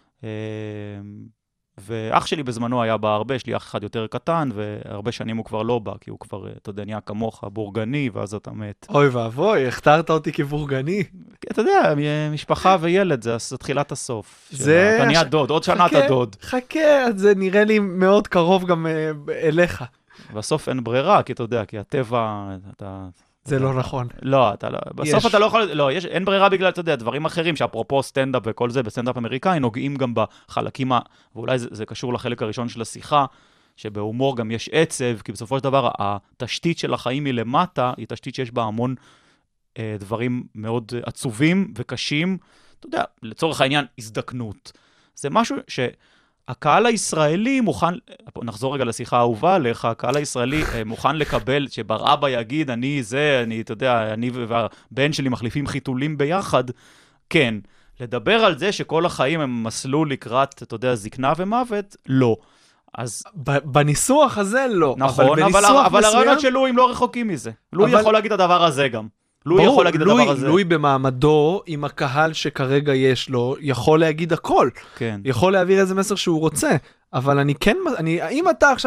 Speaker 4: ואח שלי בזמנו היה בא הרבה, יש לי אח אחד יותר קטן, והרבה שנים הוא כבר לא בא, כי הוא כבר, אתה יודע, נהיה כמוך, בורגני, ואז אתה מת.
Speaker 3: אוי ואבוי, הכתרת אותי כבורגני.
Speaker 4: אתה יודע, משפחה וילד, זה תחילת הסוף. אתה נהיה דוד, עוד שנה אתה דוד.
Speaker 3: חכה, זה נראה לי מאוד קרוב גם אליך.
Speaker 4: בסוף אין ברירה, כי אתה יודע, כי הטבע,
Speaker 3: זה לא נכון.
Speaker 4: לא, בסוף אתה לא יכול, לא, אין ברירה בגלל, אתה יודע, דברים אחרים, שאפרופו סטנדאפ וכל זה, בסטנדאפ אמריקאי, נוגעים גם בחלקים, ואולי זה קשור לחלק הראשון של השיחה, שבהומור גם יש עצב, כי בסופו של דבר, התשתית של החיים מלמטה, היא תשתית שיש בה המון דברים מאוד עצובים וקשים, אתה יודע, לצורך העניין, הזדקנות. זה משהו הקהל הישראלי מוכן, נחזור רגע לשיחה האהובה עליך, הקהל הישראלי מוכן לקבל, שבר אבא יגיד, אתה יודע, אני והבן שלי מחליפים חיתולים ביחד, כן, לדבר על זה שכל החיים הם מסלול לקראת, אתה יודע, זקנה ומוות, לא. אז
Speaker 3: בניסוח הזה לא.
Speaker 4: נכון, אבל הרעיונות של לואי הם לא רחוקים מזה. לואי יכול להגיד את הדבר הזה גם. לואי יכול להגיד את הדבר הזה.
Speaker 3: לואי במעמדו, עם הקהל שכרגע יש לו, יכול להגיד הכל.
Speaker 4: כן. יכול
Speaker 3: להעביר איזה מסר שהוא רוצה. אבל אם אתה עכשיו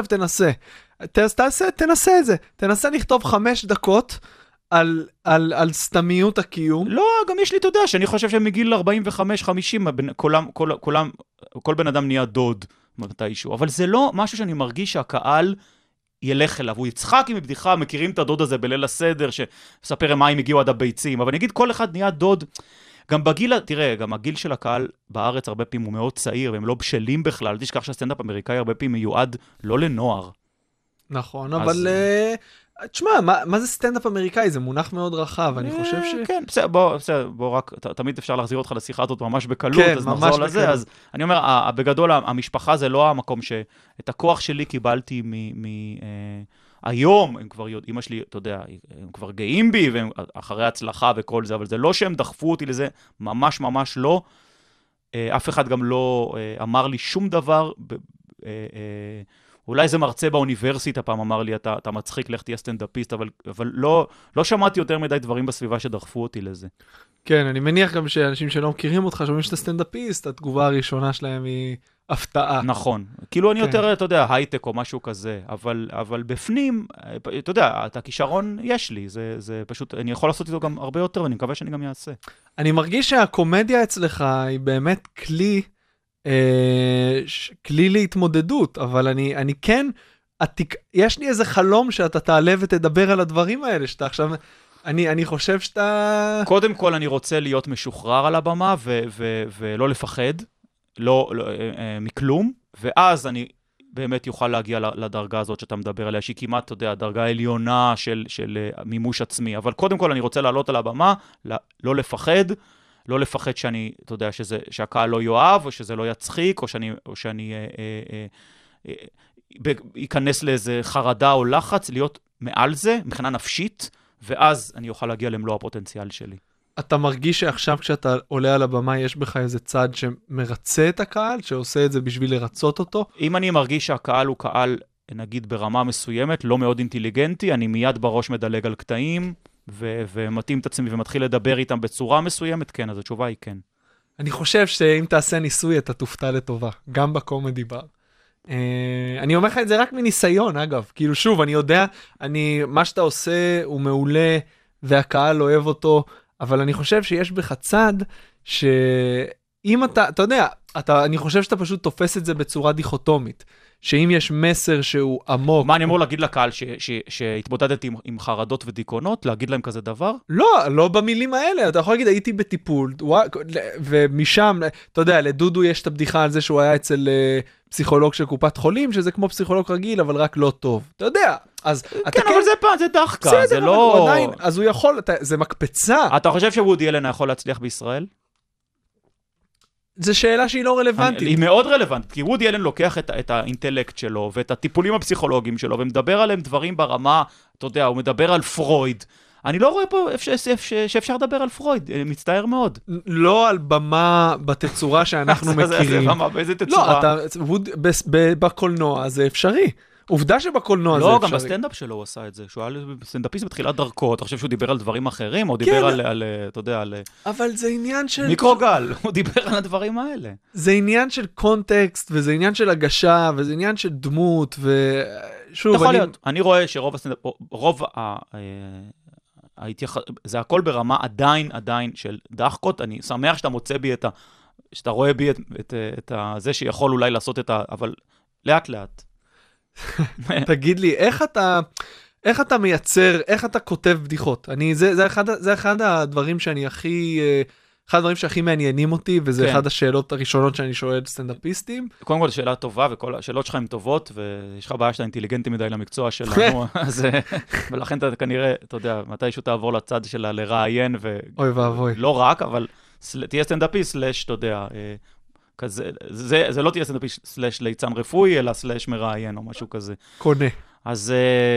Speaker 3: תנסה את זה. תנסה לכתוב 5 דקות על סתמיות הקיום.
Speaker 4: לא, גם יש לי, אתה יודע, שאני חושב שמגיל 45-50, כל בן אדם נהיה דוד מתישהו. אבל זה לא משהו שאני מרגיש שהקהל ילך אליו, הוא יצחק עם בדיחה, מכירים את הדוד הזה בליל הסדר, שספר הם מים הגיעו עד הביצים, אבל נגיד כל אחד נהיה דוד, גם בגיל, תראה, גם הגיל של הקהל בארץ הרבה פעמים הוא מאוד צעיר, והם לא בשלים בכלל, תשכח שהסטנדאפ אמריקאי הרבה פעמים מיועד לא לנוער.
Speaker 3: נכון, אבל תשמע, מה זה סטנדאפ אמריקאי? זה מונח מאוד רחב, אני חושב
Speaker 4: כן, בסדר, בוא רק, תמיד אפשר להחזיר אותך לשיחה הזאת ממש בקלות, אז נחזור לזה, אז אני אומר, בגדול, המשפחה זה לא המקום את הכוח שלי קיבלתי היום, הם כבר יודעים, אמא שלי, אתה יודע, הם כבר גאים בי, והם אחרי הצלחה וכל זה, אבל זה לא שהם דחפו אותי לזה, ממש ממש לא, אף אחד גם לא אמר לי שום דבר, אולי איזה מרצה באוניברסיטה פעם אמר לי, אתה מצחיק, לך תהיה סטנדאפיסט, אבל לא שמעתי יותר מדי דברים בסביבה שדחפו אותי לזה.
Speaker 3: כן, אני מניח גם שאנשים שלא מכירים אותך, שומעים שאתה סטנדאפיסט, התגובה הראשונה שלהם היא הפתעה.
Speaker 4: נכון. כאילו אני יותר, אתה יודע, הייטק או משהו כזה, אבל בפנים, אתה יודע, את הכישרון יש לי, זה פשוט, אני יכול לעשות איתו גם הרבה יותר, ואני מקווה שאני גם אעשה.
Speaker 3: אני מרגיש שהקומדיה אצלך היא באמת כלי להתמודדות, אבל אני כן, יש לי איזה חלום שאתה תעלה ותדבר על הדברים האלה, שאתה עכשיו, אני חושב שאתה...
Speaker 4: קודם כל אני רוצה להיות משוחרר על הבמה, ולא לפחד, מכלום, ואז אני באמת יוכל להגיע לדרגה הזאת שאתה מדבר עליה, שהיא כמעט, אתה יודע, הדרגה העליונה של מימוש עצמי, אבל קודם כל אני רוצה לעלות על הבמה, לא לפחד, לא לפחד שאני, אתה יודע, שהקהל לא יאהב, או שזה לא יצחיק, או שאני ייכנס לאיזה חרדה או לחץ, להיות מעל זה, מבחינה נפשית, ואז אני אוכל להגיע למלוא הפוטנציאל שלי.
Speaker 3: אתה מרגיש שעכשיו כשאתה עולה על הבמה, יש בך איזה צד שמרצה את הקהל, שעושה את זה בשביל לרצות אותו?
Speaker 4: אם אני מרגיש שהקהל הוא קהל, נגיד ברמה מסוימת, לא מאוד אינטליגנטי, אני מיד בראש מדלג על קטעים, ומתאים את עצמי ומתחיל לדבר איתם בצורה מסוימת, כן, אז התשובה היא כן.
Speaker 3: אני חושב שאם תעשה ניסוי, אתה תופתע לטובה, גם בקומדי בר. אני אומר לך את זה רק מניסיון, אגב. כאילו שוב, אני יודע, מה שאתה עושה הוא מעולה, והקהל אוהב אותו, אבל אני חושב שיש בך צד, שאם אתה יודע, אני חושב שאתה פשוט תופס את זה בצורה דיכוטומית. שאם יש מסר שהוא עמוק...
Speaker 4: מה, אני אמור להגיד לקהל שהתמודדתי עם חרדות ודיכאונות, להגיד להם כזה דבר?
Speaker 3: לא במילים האלה. אתה יכול להגיד, הייתי בטיפול, ומשם, אתה יודע, לדודו יש את הבדיחה על זה שהוא היה אצל פסיכולוג של קופת חולים, שזה כמו פסיכולוג רגיל, אבל רק לא טוב. אתה יודע, אז...
Speaker 4: כן, אבל זה דחקה, זה לא...
Speaker 3: אז הוא יכול, זה מקפצה.
Speaker 4: אתה חושב שוודי אלן יכול להצליח בישראל?
Speaker 3: זו שאלה שהיא לא רלוונטית.
Speaker 4: היא מאוד רלוונטית, כי וודי אלן לוקח את האינטלקט שלו, ואת הטיפולים הפסיכולוגיים שלו, ומדבר עליהם דברים ברמה, אתה יודע, הוא מדבר על פרויד. אני לא רואה פה שאפשר לדבר על פרויד, מצטער מאוד.
Speaker 3: לא על במה בתצורה שאנחנו מכירים.
Speaker 4: באיזה תצורה?
Speaker 3: לא, בקולנוע זה אפשרי. עובדה שבקולנוע זה אפשרי.
Speaker 4: לא, גם בסטנדאפ שלו הוא עשה את זה. שהוא היה סטנדאפיסט בתחילת דרכו, אתה חושב שהוא דיבר על דברים אחרים, או דיבר על, אתה יודע, על...
Speaker 3: אבל זה עניין של...
Speaker 4: מיקרוגל, הוא דיבר על הדברים האלה.
Speaker 3: זה עניין של קונטקסט, וזה עניין של הגשה, וזה עניין של דמות, ושוב,
Speaker 4: יכול להיות. אני רואה שרוב הסטנדאפ, רוב זה הכל ברמה עדיין של דחקות. אני שמח שאתה מוצא בי שאתה רואה בי את זה שיכול אולי לעשות אבל לאט לאט.
Speaker 3: תגיד לי, איך אתה מייצר, איך אתה כותב בדיחות? זה אחד הדברים שהכי מעניינים אותי, וזה אחד השאלות הראשונות שאני שואל סטנדאפיסטים.
Speaker 4: קודם כל, שאלה טובה, וכל השאלות שלך הן טובות, ויש לך בעיה שאתה אינטליגנטי מדי למקצוע שלנו, ולכן אתה כנראה, אתה יודע, מתישהו תעבור לצד שלה לראיין, ולא רק, אבל תהיה סטנדאפיסט סלש, אתה יודע, כזה, זה לא תהיה סטנדאפיסט סלש ליצן רפואי, אלא סלש מראיין או משהו כזה.
Speaker 3: קונה.
Speaker 4: אז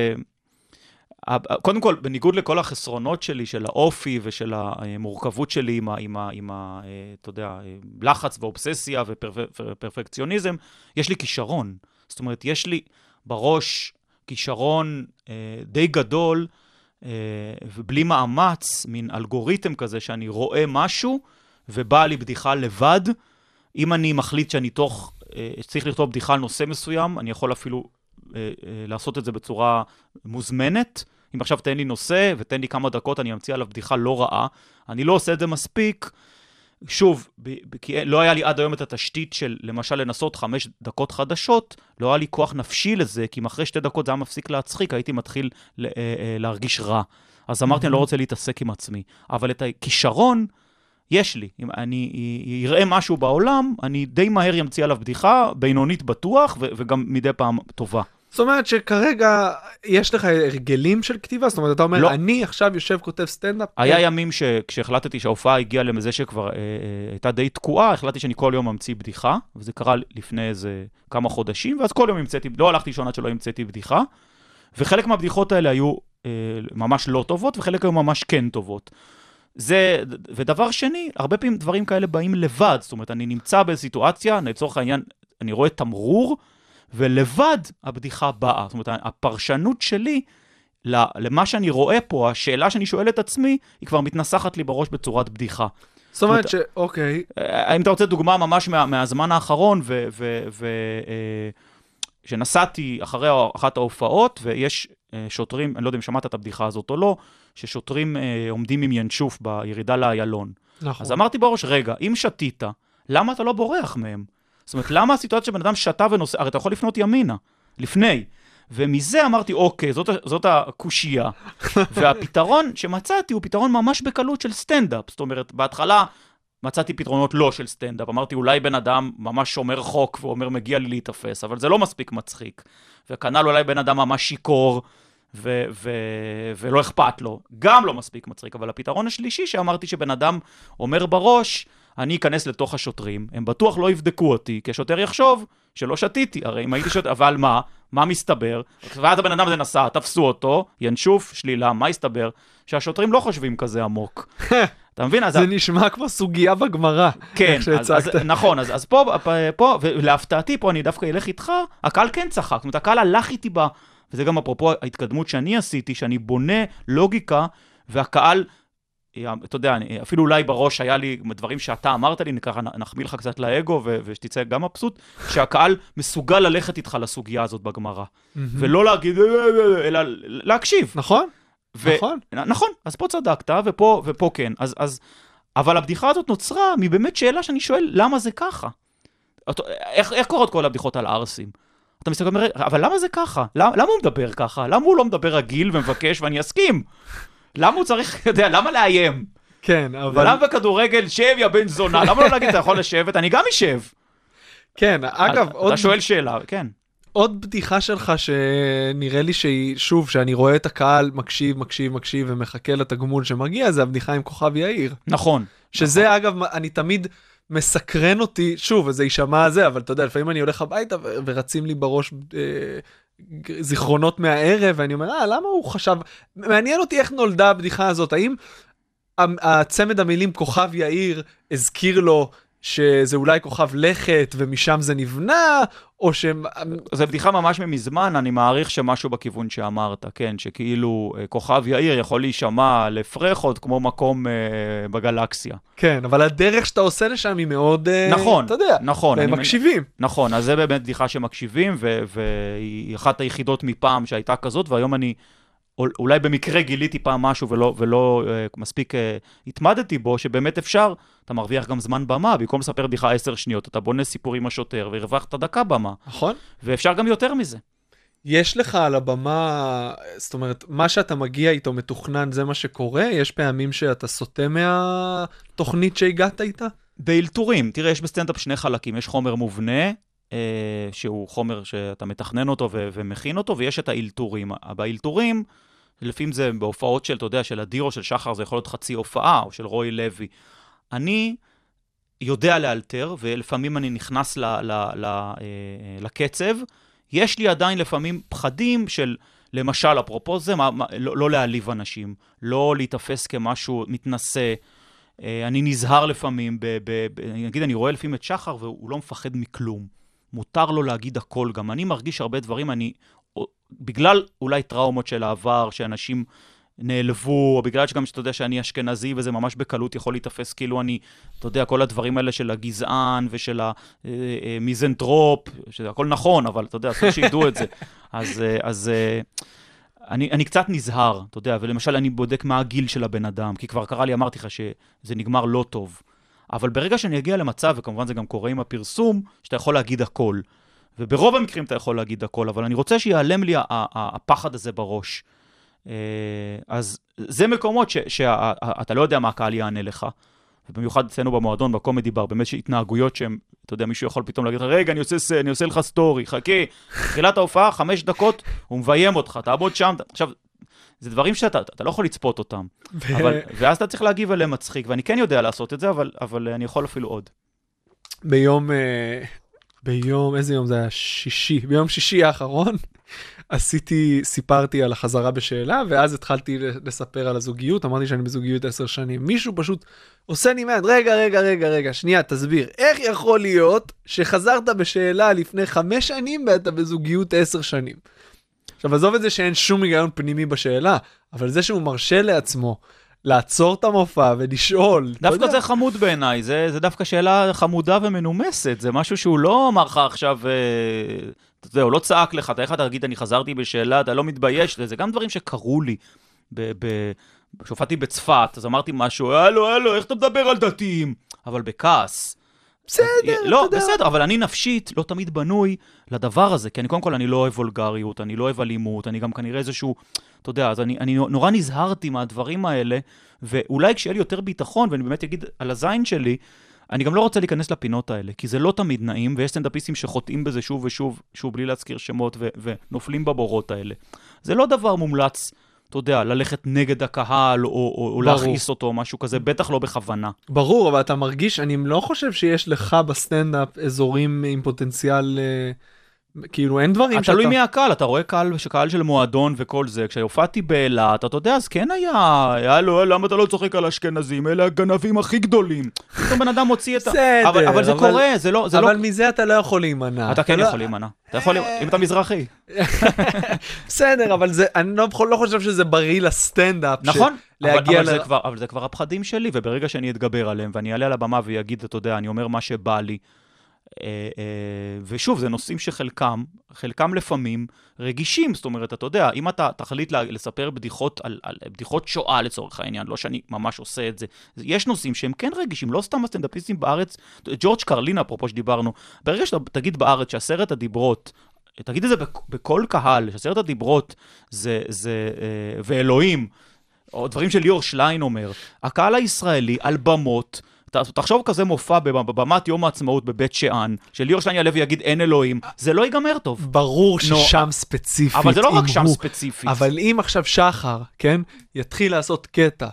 Speaker 4: קודם כל, בניגוד לכל החסרונות שלי, של האופי ושל המורכבות שלי עם אתה יודע, לחץ ואובססיה ופרפקציוניזם, יש לי כישרון. זאת אומרת, יש לי בראש כישרון די גדול, ובלי מאמץ, מין אלגוריתם כזה, שאני רואה משהו, ובאה לי בדיחה לבד. אם אני מחליט שאני צריך לכתוב בדיחה על נושא מסוים, אני יכול אפילו לעשות את זה בצורה מוזמנת. אם עכשיו תן לי נושא ותן לי כמה דקות, אני אמציא עליו בדיחה לא רעה. אני לא עושה את זה מספיק. שוב, כי לא היה לי עד היום את התשתית של, למשל, לנסות 5 דקות חדשות, לא היה לי כוח נפשי לזה, כי אם אחרי 2 דקות זה היה מפסיק להצחיק, הייתי מתחיל להרגיש רע. אז אמרתי, אני לא רוצה להתעסק עם עצמי. אבל את הכישרון יש לי. אם אני אראה משהו בעולם, אני די מהר ימציא עליו בדיחה, בינונית בטוח, וגם מדי פעם טובה.
Speaker 3: זאת אומרת שכרגע יש לך הרגלים של כתיבה? זאת אומרת, אתה אומר, אני עכשיו יושב כותב סטנדאפ?
Speaker 4: היה ימים כשהחלטתי שההופעה הגיעה לזה שכבר הייתה די תקועה, החלטתי שאני כל יום ממציא בדיחה, וזה קרה לפני איזה כמה חודשים, ואז כל יום המצאתי, לא הלכתי שונה שלא המצאתי בדיחה, וחלק מהבדיחות האלה היו ממש לא טובות, וחלק היו ממש כן טובות. ודבר שני, הרבה פעמים דברים כאלה באים לבד, זאת אומרת, אני נמצא בסיטואציה, לצורך העניין, אני רואה תמרור, ולבד הבדיחה באה. זאת אומרת, הפרשנות שלי למה שאני רואה פה, השאלה שאני שואל את עצמי, היא כבר מתנסחת לי בראש בצורת בדיחה.
Speaker 3: זאת אומרת אוקיי.
Speaker 4: אם אתה רוצה דוגמה ממש מהזמן האחרון, שנסעתי אחרי אחת ההופעות, ויש שוטרים, אני לא יודע אם שמעת את הבדיחה הזאת או לא, ששוטרים עומדים עם ינשוף בירידה לאיילון.
Speaker 3: נכון.
Speaker 4: אז אמרתי בראש, רגע, אם שתית, למה אתה לא בורח מהם? זאת אומרת, למה הסיטואציה שבן אדם שתה ונוסע, הרי אתה יכול לפנות ימינה, לפני. ומזה אמרתי, אוקיי, זאת הקושייה. והפתרון שמצאתי הוא פתרון ממש בקלות של סטנדאפ. זאת אומרת, בהתחלה מצאתי פתרונות לא של סטנדאפ. אמרתי, אולי בן אדם ממש שומר חוק ואומר, מגיע לי להתאפס, אבל זה לא מספיק מצחיק. וכנ"ל אולי בן אדם ממש שיקור ולא אכפת לו. גם לא מספיק מצחיק. אבל הפתרון השלישי שאמרתי שבן אדם אומר בראש, אני אכנס לתוך השוטרים, הם בטוח לא יבדקו אותי, כי השוטר יחשוב שלא שתיתי, הרי אם הייתי שוטר, אבל מה מסתבר? ואז הבן אדם הזה נסע, תפסו אותו, ינשוף, שלילה, מה הסתבר? שהשוטרים לא חושבים כזה עמוק. אתה מבין?
Speaker 3: זה נשמע כמו סוגיה בגמרא.
Speaker 4: כן, נכון, אז פה, ולהפתעתי פה, אני דווקא אלך איתך, הקהל כן צחק, זאת אומרת, הקהל הלך איתי בה, וזה גם אפרופו ההתקדמות שאני עשיתי, שאני בונה לוגיקה, והקהל, אתה יודע, אפילו אולי בראש היה לי דברים שאתה אמרת לי, ככה נחמיא לך קצת לאגו, ושתצא גם מבסוט, שהקהל מסוגל ללכת איתך לסוגיה הזאת בגמרא. ולא להגיד, אלא להקשיב.
Speaker 3: נכון, נכון.
Speaker 4: נכון, אז פה צדקת, ופה כן. אבל הבדיחה הזאת נוצרה מבאמת שאלה שאני שואל, למה זה ככה? איך קורות כל הבדיחות על ארסים? אתה מסתכל, אבל למה זה ככה? למה הוא מדבר ככה? למה הוא לא מדבר רגיל ומבקש ואני אסכים? למה הוא צריך, יודע, למה לאיים?
Speaker 3: כן, אבל...
Speaker 4: ולמה בכדורגל, שב יא בן זונה? למה לא להגיד, אתה יכול לשבת? אני גם אשב.
Speaker 3: כן, אגב,
Speaker 4: אתה שואל שאלה, כן.
Speaker 3: עוד בדיחה שלך שנראה לי שהיא, שוב, שאני רואה את הקהל מקשיב ומחכה לתגמול שמגיע, זה הבדיחה עם כוכב יאיר.
Speaker 4: נכון.
Speaker 3: שזה, אגב, אני תמיד מסקרן אותי, שוב, זה יישמע זה, אבל אתה יודע, לפעמים אני הולך הביתה ורצים לי בראש... זיכרונות מהערב, ואני אומר, למה הוא חשב, מעניין אותי איך נולדה הבדיחה הזאת, האם הצמד המילים כוכב יאיר הזכיר לו שזה אולי כוכב לכת, ומשם זה נבנה, או ש...
Speaker 4: זה בדיחה ממש ממזמן, אני מעריך שמשהו בכיוון שאמרת, כן, שכאילו כוכב יאיר יכול להישמע לפרחות כמו מקום בגלקסיה.
Speaker 3: כן, אבל הדרך שאתה עושה לשם היא מאוד,
Speaker 4: נכון,
Speaker 3: אתה יודע,
Speaker 4: נכון,
Speaker 3: והם מקשיבים.
Speaker 4: נכון, אז זה באמת בדיחה שמקשיבים, והיא אחת היחידות מפעם שהייתה כזאת, והיום אני אולי במקרה גיליתי פעם משהו ולא מספיק התמדתי בו, שבאמת אפשר, אתה מרוויח גם זמן במה, במקום לספר בדיחה 10 שניות, אתה בונה סיפור עם השוטר, והרווחת דקה במה.
Speaker 3: נכון.
Speaker 4: ואפשר גם יותר מזה.
Speaker 3: יש לך על הבמה, זאת אומרת, מה שאתה מגיע איתו מתוכנן, זה מה שקורה? יש פעמים שאתה סוטה מהתוכנית שהגעת איתה?
Speaker 4: באלתורים, תראה, יש בסטנדאפ 2 חלקים, יש חומר מובנה, שהוא חומר שאתה מתכנן אותו ומכין אותו, ויש את האלתורים. באלתורים, לפעמים זה בהופעות של, אתה יודע, של אדיר או של שחר, זה יכול להיות חצי הופעה, או של רוי לוי. אני יודע לאלתר, ולפעמים אני נכנס לקצב, יש לי עדיין לפעמים פחדים של, למשל, אפרופו זה, לא להעליב אנשים, לא להתאפס כמשהו מתנשא, אני נזהר לפעמים, נגיד, אני רואה לפעמים את שחר, והוא לא מפחד מכלום. מותר לו להגיד הכל, גם אני מרגיש הרבה דברים, בגלל אולי טראומות של העבר, שאנשים נעלבו, או בגלל שגם שאתה יודע שאני אשכנזי, וזה ממש בקלות יכול להתאפס, כאילו אני, אתה יודע, כל הדברים האלה של הגזען, ושל המיזנטרופ, שזה הכל נכון, אבל אתה יודע, אסור שידעו את זה. אז אני קצת נזהר, אתה יודע, ולמשל אני בודק מה הגיל של הבן אדם, כי כבר קרה לי, אמרתי לך שזה נגמר לא טוב. אבל ברגע שאני אגיע למצב, וכמובן זה גם קורה עם הפרסום, שאתה יכול להגיד הכל. וברוב המקרים אתה יכול להגיד הכל, אבל אני רוצה שיעלם לי הפחד הזה בראש. אז זה מקומות שאתה לא יודע מה הקהל יענה לך. ובמיוחד אצלנו במועדון, בקומדי בר, באמת שהתנהגויות שהן, אתה יודע, מישהו יכול פתאום להגיד לך, רגע, אני עושה לך סטורי, חכה, תחילת ההופעה, 5 דקות, הוא מביים אותך, תעבוד שם, עכשיו, זה דברים שאתה לא יכול לצפות אותם. ואז אתה צריך להגיב אליהם מצחיק, ואני כן יודע לעשות את זה, אבל אני יכול אפילו עוד.
Speaker 3: ביום איזה יום זה היה? שישי. ביום שישי האחרון סיפרתי על החזרה בשאלה, ואז התחלתי לספר על הזוגיות, אמרתי שאני בזוגיות 10 שנים. מישהו פשוט עושה לי מעט, רגע, שנייה, תסביר. איך יכול להיות שחזרת בשאלה לפני 5 שנים ואתה בזוגיות 10 שנים? עכשיו, עזוב את זה שאין שום היגיון פנימי בשאלה, אבל זה שהוא מרשה לעצמו לעצור את המופע ולשאול.
Speaker 4: דווקא זה חמוד בעיניי, זה דווקא שאלה חמודה ומנומסת, זה משהו שהוא לא אמר לך עכשיו, הוא לא צעק לך, אתה איך אתה תגיד, אני חזרתי בשאלה, אתה לא מתבייש, זה גם דברים שקרו לי, כשהופעתי בצפת, אז אמרתי משהו, הלו, איך אתה מדבר על דתיים? אבל בכעס.
Speaker 3: בסדר,
Speaker 4: לא, בסדר, אבל אני נפשית לא תמיד בנוי לדבר הזה, כי קודם כל אני לא אוהב וולגריות, אני לא אוהב אלימות, אני גם כנראה איזשהו, אתה יודע, אז אני נורא נזהרתי מהדברים האלה, ואולי כשיהיה לי יותר ביטחון, ואני באמת אגיד על הזין שלי, אני גם לא רוצה להיכנס לפינות האלה, כי זה לא תמיד נעים, ויש סטנדאפיסטים שחוטאים בזה שוב ושוב, שוב בלי להזכיר שמות, ונופלים בבורות האלה. זה לא דבר מומלץ, אתה יודע, ללכת נגד הקהל, או להכעיס אותו, משהו כזה, בטח לא בכוונה.
Speaker 3: ברור, אבל אתה מרגיש, אני לא חושב שיש לך בסטנדאפ אזורים עם פוטנציאל, כאילו אין דברים
Speaker 4: שאתה... תלוי מי הקהל, אתה רואה קהל של מועדון וכל זה, כשהופעתי באילת, אתה יודע, אז כן היה, למה אתה לא צוחק על אשכנזים, אלה הגנבים הכי גדולים. פתאום בן אדם מוציא את ה... אבל זה קורה, זה לא...
Speaker 3: אבל מזה אתה לא יכול להימנע.
Speaker 4: אתה כן יכול להימנע. אתה יכול, אם אתה מזרחי.
Speaker 3: בסדר, אבל אני לא חושב שזה בריא לסטנדאפ.
Speaker 4: נכון, אבל זה כבר הפחדים שלי, וברגע שאני אתגבר עליהם, ואני אעלה על הבמה ויגיד, אתה יודע, אני אומר מה שבא לי, ושוב, זה נושאים שחלקם לפעמים רגישים, זאת אומרת, אתה יודע, אם אתה תחליט לספר בדיחות על בדיחות שואה לצורך העניין, לא שאני ממש עושה את זה, יש נושאים שהם כן רגישים, לא סתם הסטנדאפיסטים בארץ, ג'ורג' קרלין, אפרופו שדיברנו, ברגע שאתה תגיד בארץ שעשרת הדיברות, תגיד את זה בכל קהל, שעשרת הדיברות ואלוהים, או דברים של ליאור שליין אומר, הקהל הישראלי על במות, תחשוב כזה מופע בבמת יום העצמאות בבית שאן, שליאור שליין יעלה ויגיד אין אלוהים, זה לא ייגמר טוב.
Speaker 3: ברור ששם ספציפית.
Speaker 4: אבל זה לא רק שם ספציפית.
Speaker 3: אבל אם עכשיו שחר, כן, יתחיל לעשות קטע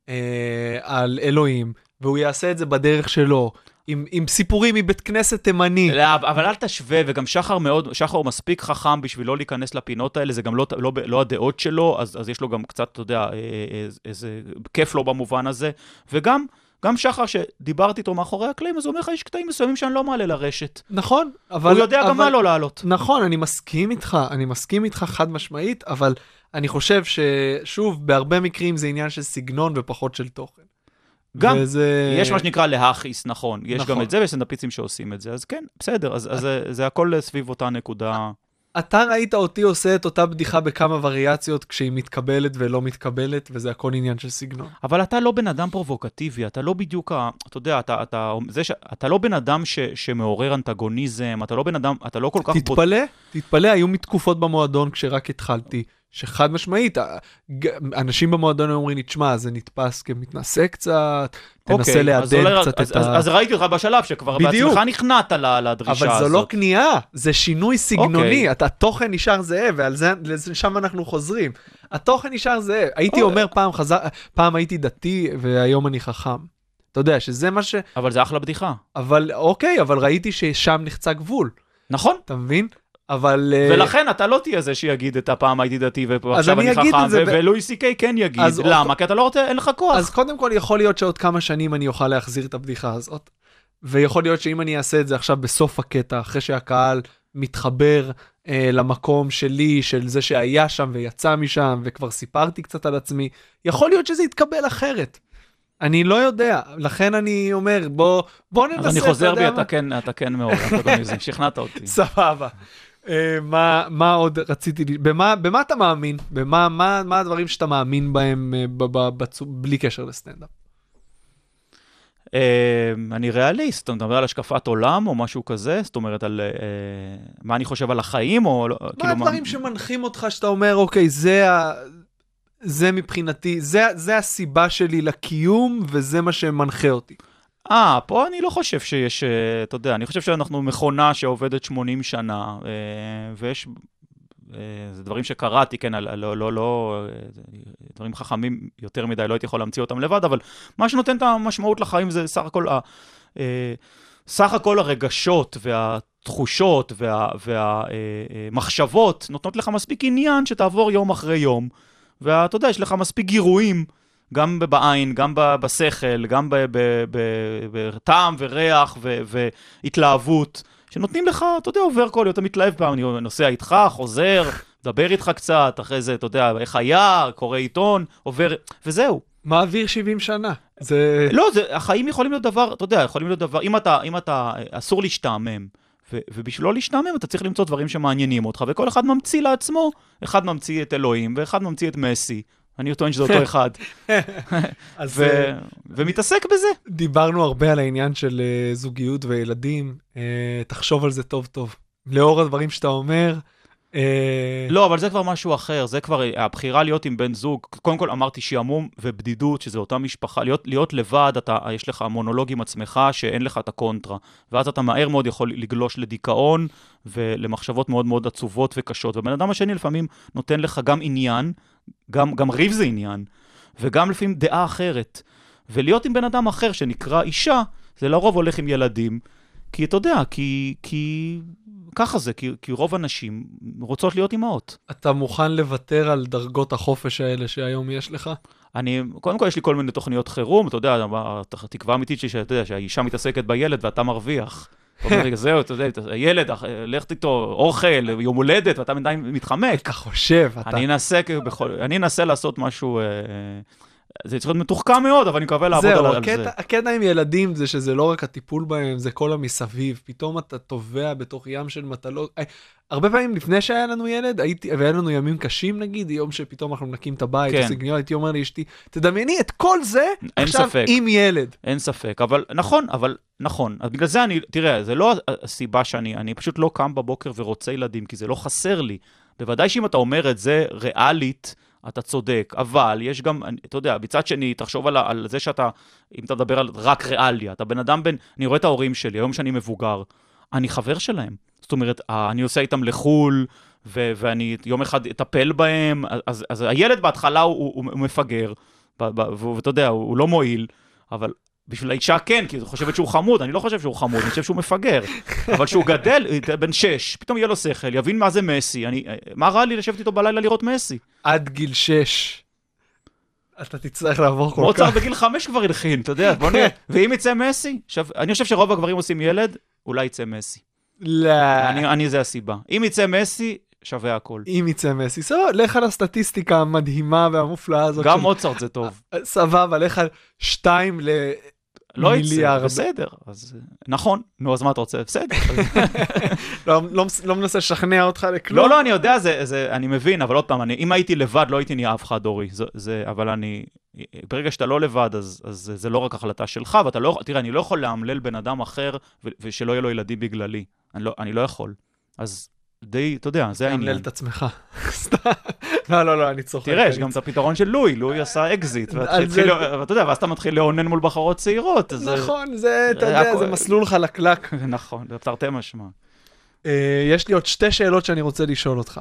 Speaker 3: על אלוהים, והוא יעשה את זה בדרך שלו, עם סיפורים מבית כנסת תימני.
Speaker 4: אבל אל תשווה, וגם שחר הוא מספיק חכם בשביל לא להיכנס לפינות האלה, זה גם לא הדעות שלו, אז יש לו גם קצת, אתה יודע, איזה כיף לו במובן הזה, וגם שחר שדיברתי איתו מאחורי הקלעים, אז הוא אומר לך, יש קטעים מסוימים שאני לא מעלה לרשת.
Speaker 3: נכון, אבל...
Speaker 4: הוא יודע גם מה לא לעלות.
Speaker 3: נכון, אני מסכים איתך חד משמעית, אבל אני חושב ששוב, בהרבה מקרים זה עניין של סגנון ופחות של תוכן.
Speaker 4: גם, יש מה שנקרא להכעיס, נכון. יש גם את זה, ויש סטנדאפיסטים שעושים את זה, אז כן, בסדר, אז זה הכל סביב אותה נקודה.
Speaker 3: אתה ראית אותי עושה את אותה בדיחה בכמה וריאציות כשהיא מתקבלת ולא מתקבלת, וזה הכל עניין של סגנון.
Speaker 4: אבל אתה לא בן אדם פרובוקטיבי, אתה לא בדיוק, אתה יודע, אתה לא בן אדם שמעורר אנטגוניזם, אתה לא בן אדם, אתה לא כל כך...
Speaker 3: תתפלא, היו מתקופות במועדון כשרק התחלתי, שחד משמעית, אנשים במועדון אומרים לי, תשמע, זה נתפס כמתנסה קצת, תנסה לעדן קצת את ה...
Speaker 4: אז ראיתי אותך בשלב שכבר בעצמך נכנעת לדרישה הזאת.
Speaker 3: אבל זו לא קנייה, זה שינוי סגנוני, התוכן נשאר זהה, ולשם אנחנו חוזרים. התוכן נשאר זהה. הייתי אומר פעם הייתי דתי, והיום אני חכם. אתה יודע, שזה מה ש...
Speaker 4: אבל זה אחלה בדיחה.
Speaker 3: אבל ראיתי ששם נחצה גבול.
Speaker 4: נכון.
Speaker 3: אתה מבין? אבל...
Speaker 4: ולכן אתה לא תהיה זה שיגיד את הפעם הייתי דתי ועכשיו אני חכם, ולואי סי-קיי כן יגיד. למה? כי אתה לא רוצה, אין לך כוח.
Speaker 3: אז קודם כל יכול להיות שעוד כמה שנים אני אוכל להחזיר את הבדיחה הזאת, ויכול להיות שאם אני אעשה את זה עכשיו בסוף הקטע, אחרי שהקהל מתחבר למקום שלי, של זה שהיה שם ויצא משם, וכבר סיפרתי קצת על עצמי, יכול להיות שזה יתקבל אחרת. אני לא יודע, לכן אני אומר, בוא ננסה.
Speaker 4: אז אני חוזר בי, אתה כן מאוד, שכנעת אותי.
Speaker 3: סבבה. מה עוד רציתי, במה אתה מאמין? מה הדברים שאתה מאמין בהם בלי קשר לסטנדאפ?
Speaker 4: אני ריאליסט, אתה מדבר על השקפת עולם או משהו כזה, זאת אומרת על מה אני חושב על החיים או...
Speaker 3: מה הדברים שמנחים אותך שאתה אומר, אוקיי, זה מבחינתי, זה הסיבה שלי לקיום וזה מה שמנחה אותי.
Speaker 4: פה אני לא חושב שיש, אתה יודע, אני חושב שאנחנו מכונה שעובדת 80 שנה, ויש, זה דברים שקראתי, כן, לא, דברים חכמים יותר מדי, לא הייתי יכול להמציא אותם לבד, אבל מה שנותן את המשמעות לחיים זה סך הכל הרגשות התחושות והמחשבות נותנות לך מספיק עניין שתעבור יום אחרי יום, ואתה יודע, יש לך מספיק גירויים, גם בעין, גם בשכל, גם בטעם וריח והתלהבות, שנותנים לך, אתה יודע, עובר כל יום, אתה מתלהב פעם, אני נוסע איתך, חוזר, מדבר איתך קצת, אחרי זה, אתה יודע, איך היה, קורא עיתון, עובר, וזהו.
Speaker 3: מעביר 70 שנה.
Speaker 4: לא, החיים יכולים להיות דבר, אתה יודע, יכולים להיות דבר, אם אתה אסור להשתעמם, ובשביל לא להשתעמם, אתה צריך למצוא דברים שמעניינים אותך, וכל אחד ממציא לעצמו, אחד ממציא את אלוהים, ואחד ממציא את מסי. אני טוען שזה אותו אחד. ומתעסק בזה.
Speaker 3: דיברנו הרבה על העניין של זוגיות וילדים, תחשוב על זה טוב טוב. לאור הדברים שאתה אומר,
Speaker 4: לא, אבל זה כבר משהו אחר, זה כבר הבחירה להיות עם בן זוג, קודם כל אמרתי שעמום ובדידות, שזה אותה משפחה, להיות לבד, יש לך מונולוג עם עצמך שאין לך את הקונטרה, ואז אתה מהר מאוד יכול לגלוש לדיכאון, ולמחשבות מאוד מאוד עצובות וקשות, ובן אדם השני לפעמים נותן לך גם עניין, גם ריב זה עניין, וגם לפעמים דעה אחרת, ולהיות עם בן אדם אחר שנקרא אישה, זה לרוב הולך עם ילדים, כי אתה יודע, כי ככה זה, כי רוב הנשים רוצות להיות אימהות.
Speaker 3: אתה מוכן לוותר על דרגות החופש האלה שהיום יש לך?
Speaker 4: קודם כל יש לי כל מיני תוכניות חירום, אתה יודע, התקווה אמיתית שהאישה מתעסקת בילד ואתה מרוויח. זהו, אתה יודע, הילד, לך איתו אוכל, יום הולדת, ואתה עדיין מתחמק.
Speaker 3: אתה חושב,
Speaker 4: אני אנסה לעשות משהו, זה צריך להיות מתוחכם מאוד, אבל אני מקווה לעבוד על זה.
Speaker 3: הקטע עם ילדים זה שזה לא רק הטיפול בהם, זה כל המסביב. פתאום אתה תובע בתוך ים של מטלות. הרבה פעמים לפני שהיה לנו ילד, והיה לנו ימים קשים נגיד, יום שפתאום אנחנו נקים את הבית, הייתי אומר לאשתי, תדמייני את כל זה עכשיו עם ילד.
Speaker 4: אין ספק, אבל נכון. אז בגלל זה תראה, זה לא הסיבה אני פשוט לא קם בבוקר ורוצה ילדים, כי זה לא חסר לי. בוודאי שאם אתה אומר את זה ריאלית, אתה צודק, אבל יש גם, אתה יודע, בצד שני, תחשוב על זה שאתה, אם אתה מדבר על רק ריאליה, אתה בן אדם אני רואה את ההורים שלי, היום שאני מבוגר, אני חבר שלהם. זאת אומרת, אני עושה איתם לחול, ואני יום אחד אטפל בהם, אז הילד בהתחלה הוא מפגר, ואתה יודע, הוא לא מועיל, אבל בשביל האישה כן, כי היא חושבת שהוא חמוד, אני לא חושב שהוא חמוד, אני חושב שהוא מפגר, אבל שהוא גדל, בן 6, פתאום יהיה לו שכל, יבין מה זה מסי, מה רע לי לשבת איתו בלילה לראות מסי?
Speaker 3: עד גיל 6, אתה תצטרך לעבור כל כך.
Speaker 4: מוצרט בגיל 5 כבר הלחין, אתה יודע, בוא נראה, ואם יצא מסי, אני חושב שרוב הגברים עושים ילד, אולי יצא מסי.
Speaker 3: לא.
Speaker 4: זה הסיבה. אם יצא מסי, שווה הכל.
Speaker 3: אם יצא מסי, סבבה, לך על הסטטיסטיקה המדהימה והמופלאה הזאת.
Speaker 4: גם מוצרט זה טוב.
Speaker 3: סבבה, לך על 2
Speaker 4: לא יצא, בסדר. נכון, נו, אז מה אתה רוצה? בסדר.
Speaker 3: לא מנסה לשכנע אותך לכלום.
Speaker 4: לא, אני יודע, אני מבין, אבל עוד פעם, אם הייתי לבד, לא הייתי נהיה אף אחד דורי. אבל ברגע שאתה לא לבד, אז זה לא רק החלטה שלך, תראה, אני לא יכול להמלל בן אדם אחר, ושלא יהיה לו ילדים בגללי. אני לא יכול. אז די, אתה יודע, זה העניין.
Speaker 3: להמלל את עצמך. לא, אני צוחק.
Speaker 4: תראה, יש גם את הפתרון של לואי עשה אקזיט, ואתה יודע, ואז אתה מתחיל לעונן מול בחורות צעירות.
Speaker 3: נכון, אתה יודע, זה מסלול חלקלק.
Speaker 4: נכון, זה תרתי משמע.
Speaker 3: יש לי עוד 2 שאלות שאני רוצה לשאול אותך.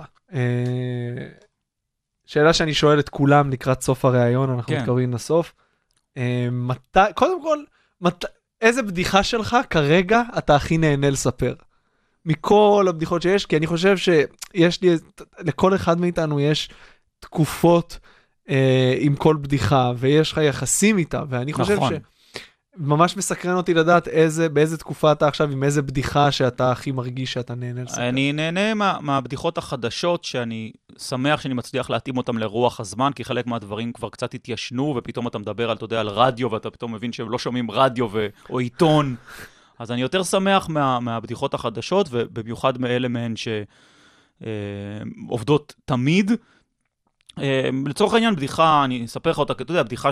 Speaker 3: שאלה שאני שואל את כולם לקראת סוף הראיון, אנחנו מתקרבים לסוף. קודם כל, איזה בדיחה שלך כרגע אתה הכי נהנה לספר? מכל הבדיחות שיש, כי אני חושב שיש לי, לכל אחד מאיתנו יש תקופות עם כל בדיחה, ויש לך יחסים איתה, ואני חושב שממש מסקרן אותי לדעת באיזה תקופה אתה עכשיו, עם איזה בדיחה שאתה הכי מרגיש שאתה נהנה לספר.
Speaker 4: אני נהנה מהבדיחות החדשות, שאני שמח שאני מצליח להתאים אותם לרוח הזמן, כי חלק מהדברים כבר קצת התיישנו, ופתאום אתה מדבר על, אתה יודע, על רדיו, ואתה פתאום מבין שהם לא שומעים רדיו או עיתון. אז אני יותר שמח מהבדיחות החדשות, ובמיוחד מאלה מהן שעובדות תמיד. לצורך העניין, בדיחה, אני אספר לך אותה, אתה יודע, בדיחה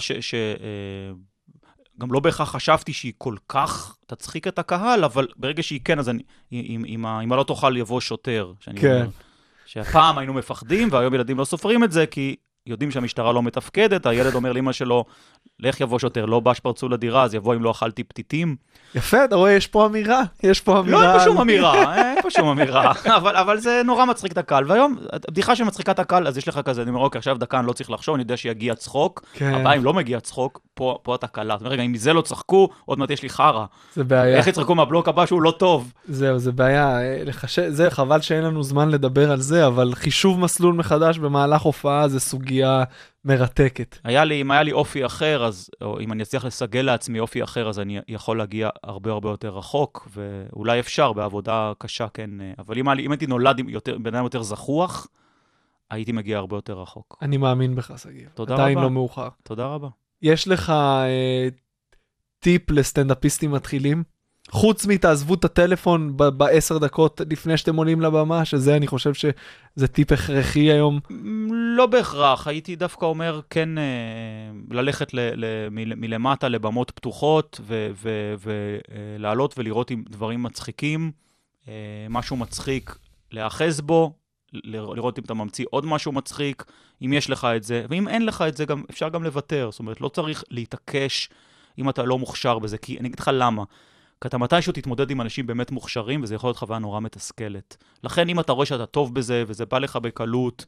Speaker 4: גם לא בהכרח חשבתי שהיא כל כך תצחיק את הקהל, אבל ברגע שהיא כן, אז אם לא תוכל יבוא שוטר. כן. שהפעם היינו מפחדים, והיום ילדים לא סופרים את זה, כי יודעים שהמשטרה לא מתפקדת, הילד אומר לאמא שלו, לך יבוא שוטר, לא בא שפרצו לדירה, אז יבוא אם לא אכלתי פתיתים.
Speaker 3: יפה, אתה רואה, יש פה אמירה.
Speaker 4: לא, אין פה שום אמירה, אין פה שום אמירה, אבל זה נורא מצחיק את הקהל, והיום, הבדיחה שמצחיקה את הקהל, אז יש לך כזה, אני אומר, אוקיי, עכשיו דקה, אני לא צריך לחשוב, אני יודע שיגיע צחוק, הבא, אם לא מגיע צחוק, פה אתה קלה. זאת אומרת, רגע, אם מזה לא צחקו, עוד מעט יש לי חרה.
Speaker 3: זה בעיה.
Speaker 4: איך יצחקו מהבלוק הבא שהוא לא טוב?
Speaker 3: זהו, זה בעיה. זה חבל שאין לנו זמן לדבר על זה, אבל חישוב מסלול מחדש במהלך הופעה זה סוגיה מרתקת.
Speaker 4: אם היה לי אופי אחר, או אם אני אצליח לסגל לעצמי אופי אחר, אז אני יכול להגיע הרבה הרבה יותר רחוק, ואולי אפשר בעבודה קשה, כן. אבל אם הייתי נולד עם בן אדם יותר זכוח, הייתי מגיע הרבה יותר רחוק.
Speaker 3: אני מאמין בך, סגיר.
Speaker 4: תודה רבה.
Speaker 3: עדיין לא מאוחר.
Speaker 4: תודה רבה.
Speaker 3: יש לך טיפ לסטנדאפיסטים מתחילים? חוץ מתעזבו את הטלפון ב10 דקות לפני שאתם עולים לבמה, שזה אני חושב שזה טיפ הכרחי היום.
Speaker 4: לא בהכרח, הייתי דווקא אומר כן ללכת מלמטה לבמות פתוחות ולעלות ולראות עם דברים מצחיקים, משהו מצחיק להאחז בו, לראות אם אתה ממציא עוד משהו מצחיק, אם יש לך את זה, ואם אין לך את זה גם, אפשר גם לוותר, זאת אומרת לא צריך להתעקש אם אתה לא מוכשר בזה, כי אני אגיד לך למה. כי אתה מתישהו תתמודד עם אנשים באמת מוכשרים, וזה יכול להיות חוויה נורא מתסכלת. לכן אם אתה רואה שאתה טוב בזה, וזה בא לך בקלות,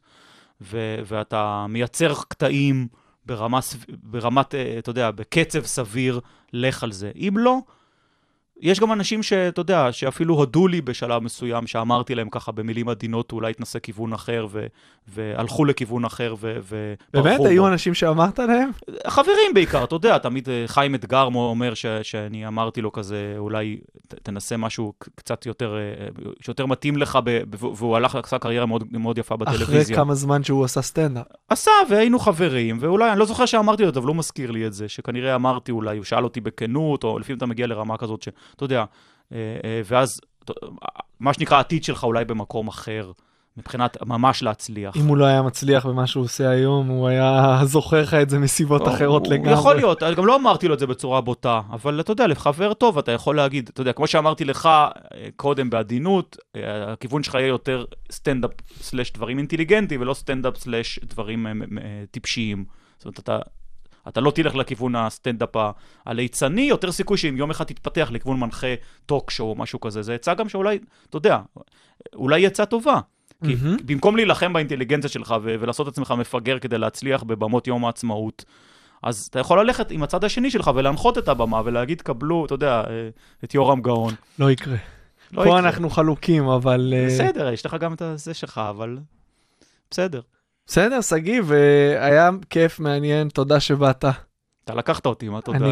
Speaker 4: ואתה מייצר קטעים ברמת, אתה יודע, בקצב סביר, לך על זה. אם לא, יש גם אנשים שאתה יודע, שאפילו הודו לי בשלב מסוים, שאמרתי להם ככה במילים עדינות, אולי התנסה כיוון אחר, והלכו לכיוון אחר,
Speaker 3: באמת? היו אנשים שאמרת להם?
Speaker 4: חברים בעיקר, אתה יודע, תמיד חיים אתגר אומר שאני אמרתי לו כזה, אולי תנסה משהו קצת יותר מתאים לך, והוא הלך לעשה קריירה מאוד, מאוד יפה בטלוויזיה.
Speaker 3: אחרי כמה זמן שהוא עשה סטנדאפ.
Speaker 4: עשה, והיינו חברים, ואולי, אני לא זוכר שאמרתי לו, אבל לא מזכיר לי את זה, שכנראה אמרתי אולי, הוא שאל אותי בכנות, או לפעמים אתה מגיע לרמה כזאת אתה יודע, ואז מה שנקרא העתיד שלך אולי במקום אחר, מבחינת ממש להצליח.
Speaker 3: אם הוא לא היה מצליח במה שהוא עושה היום, הוא היה זוכר לך את זה מסיבות אחרות לגמרי.
Speaker 4: יכול להיות, גם לא אמרתי לו את זה בצורה בוטה, אבל אתה יודע, לחבר טוב, אתה יכול להגיד, אתה יודע, כמו שאמרתי לך קודם בעדינות, הכיוון שלך יהיה יותר סטנדאפ סלש דברים אינטליגנטיים, ולא סטנדאפ סלש דברים טיפשיים. זאת אומרת, אתה לא תלך לכיוון הסטנדאפ הליצני, יותר סיכוי שאם יום אחד תתפתח לכיוון מנחה טוק שואו או משהו כזה, זה יצא גם שאולי, אתה יודע, אולי יצא טובה. כי במקום להילחם באינטליגנציה שלך ולעשות עצמך מפגר כדי להצליח בבמות יום העצמאות, אז אתה יכול ללכת עם הצד השני שלך ולהנחות את הבמה ולהגיד, קבלו, אתה יודע, את יורם גאון.
Speaker 3: לא יקרה. פה אנחנו חלוקים, אבל...
Speaker 4: בסדר, יש לך גם את זה שלך, אבל בסדר.
Speaker 3: בסדר, סגיב, היה כיף, מעניין, תודה שבאת.
Speaker 4: אתה לקחת אותי, מה תודה?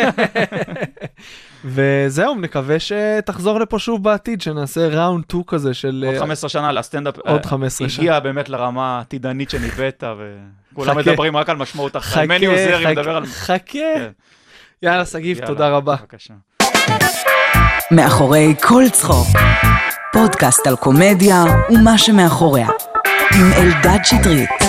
Speaker 3: וזהו, נקווה שתחזור לפה שוב בעתיד, שנעשה ראונד 2 כזה של...
Speaker 4: עוד 15 שנה לסטנדאפ.
Speaker 3: עוד 15 שנה.
Speaker 4: הגיע באמת לרמה העתידנית שניבאת, וכולם מדברים רק על משמעות אחרת. מני עוזרי מדבר על...
Speaker 3: חכה. יאללה, סגיב, תודה רבה.
Speaker 4: בבקשה.
Speaker 2: מאחורי כל צחוק, פודקאסט על קומדיה ומה שמאחוריה, עם אלדד שטרית.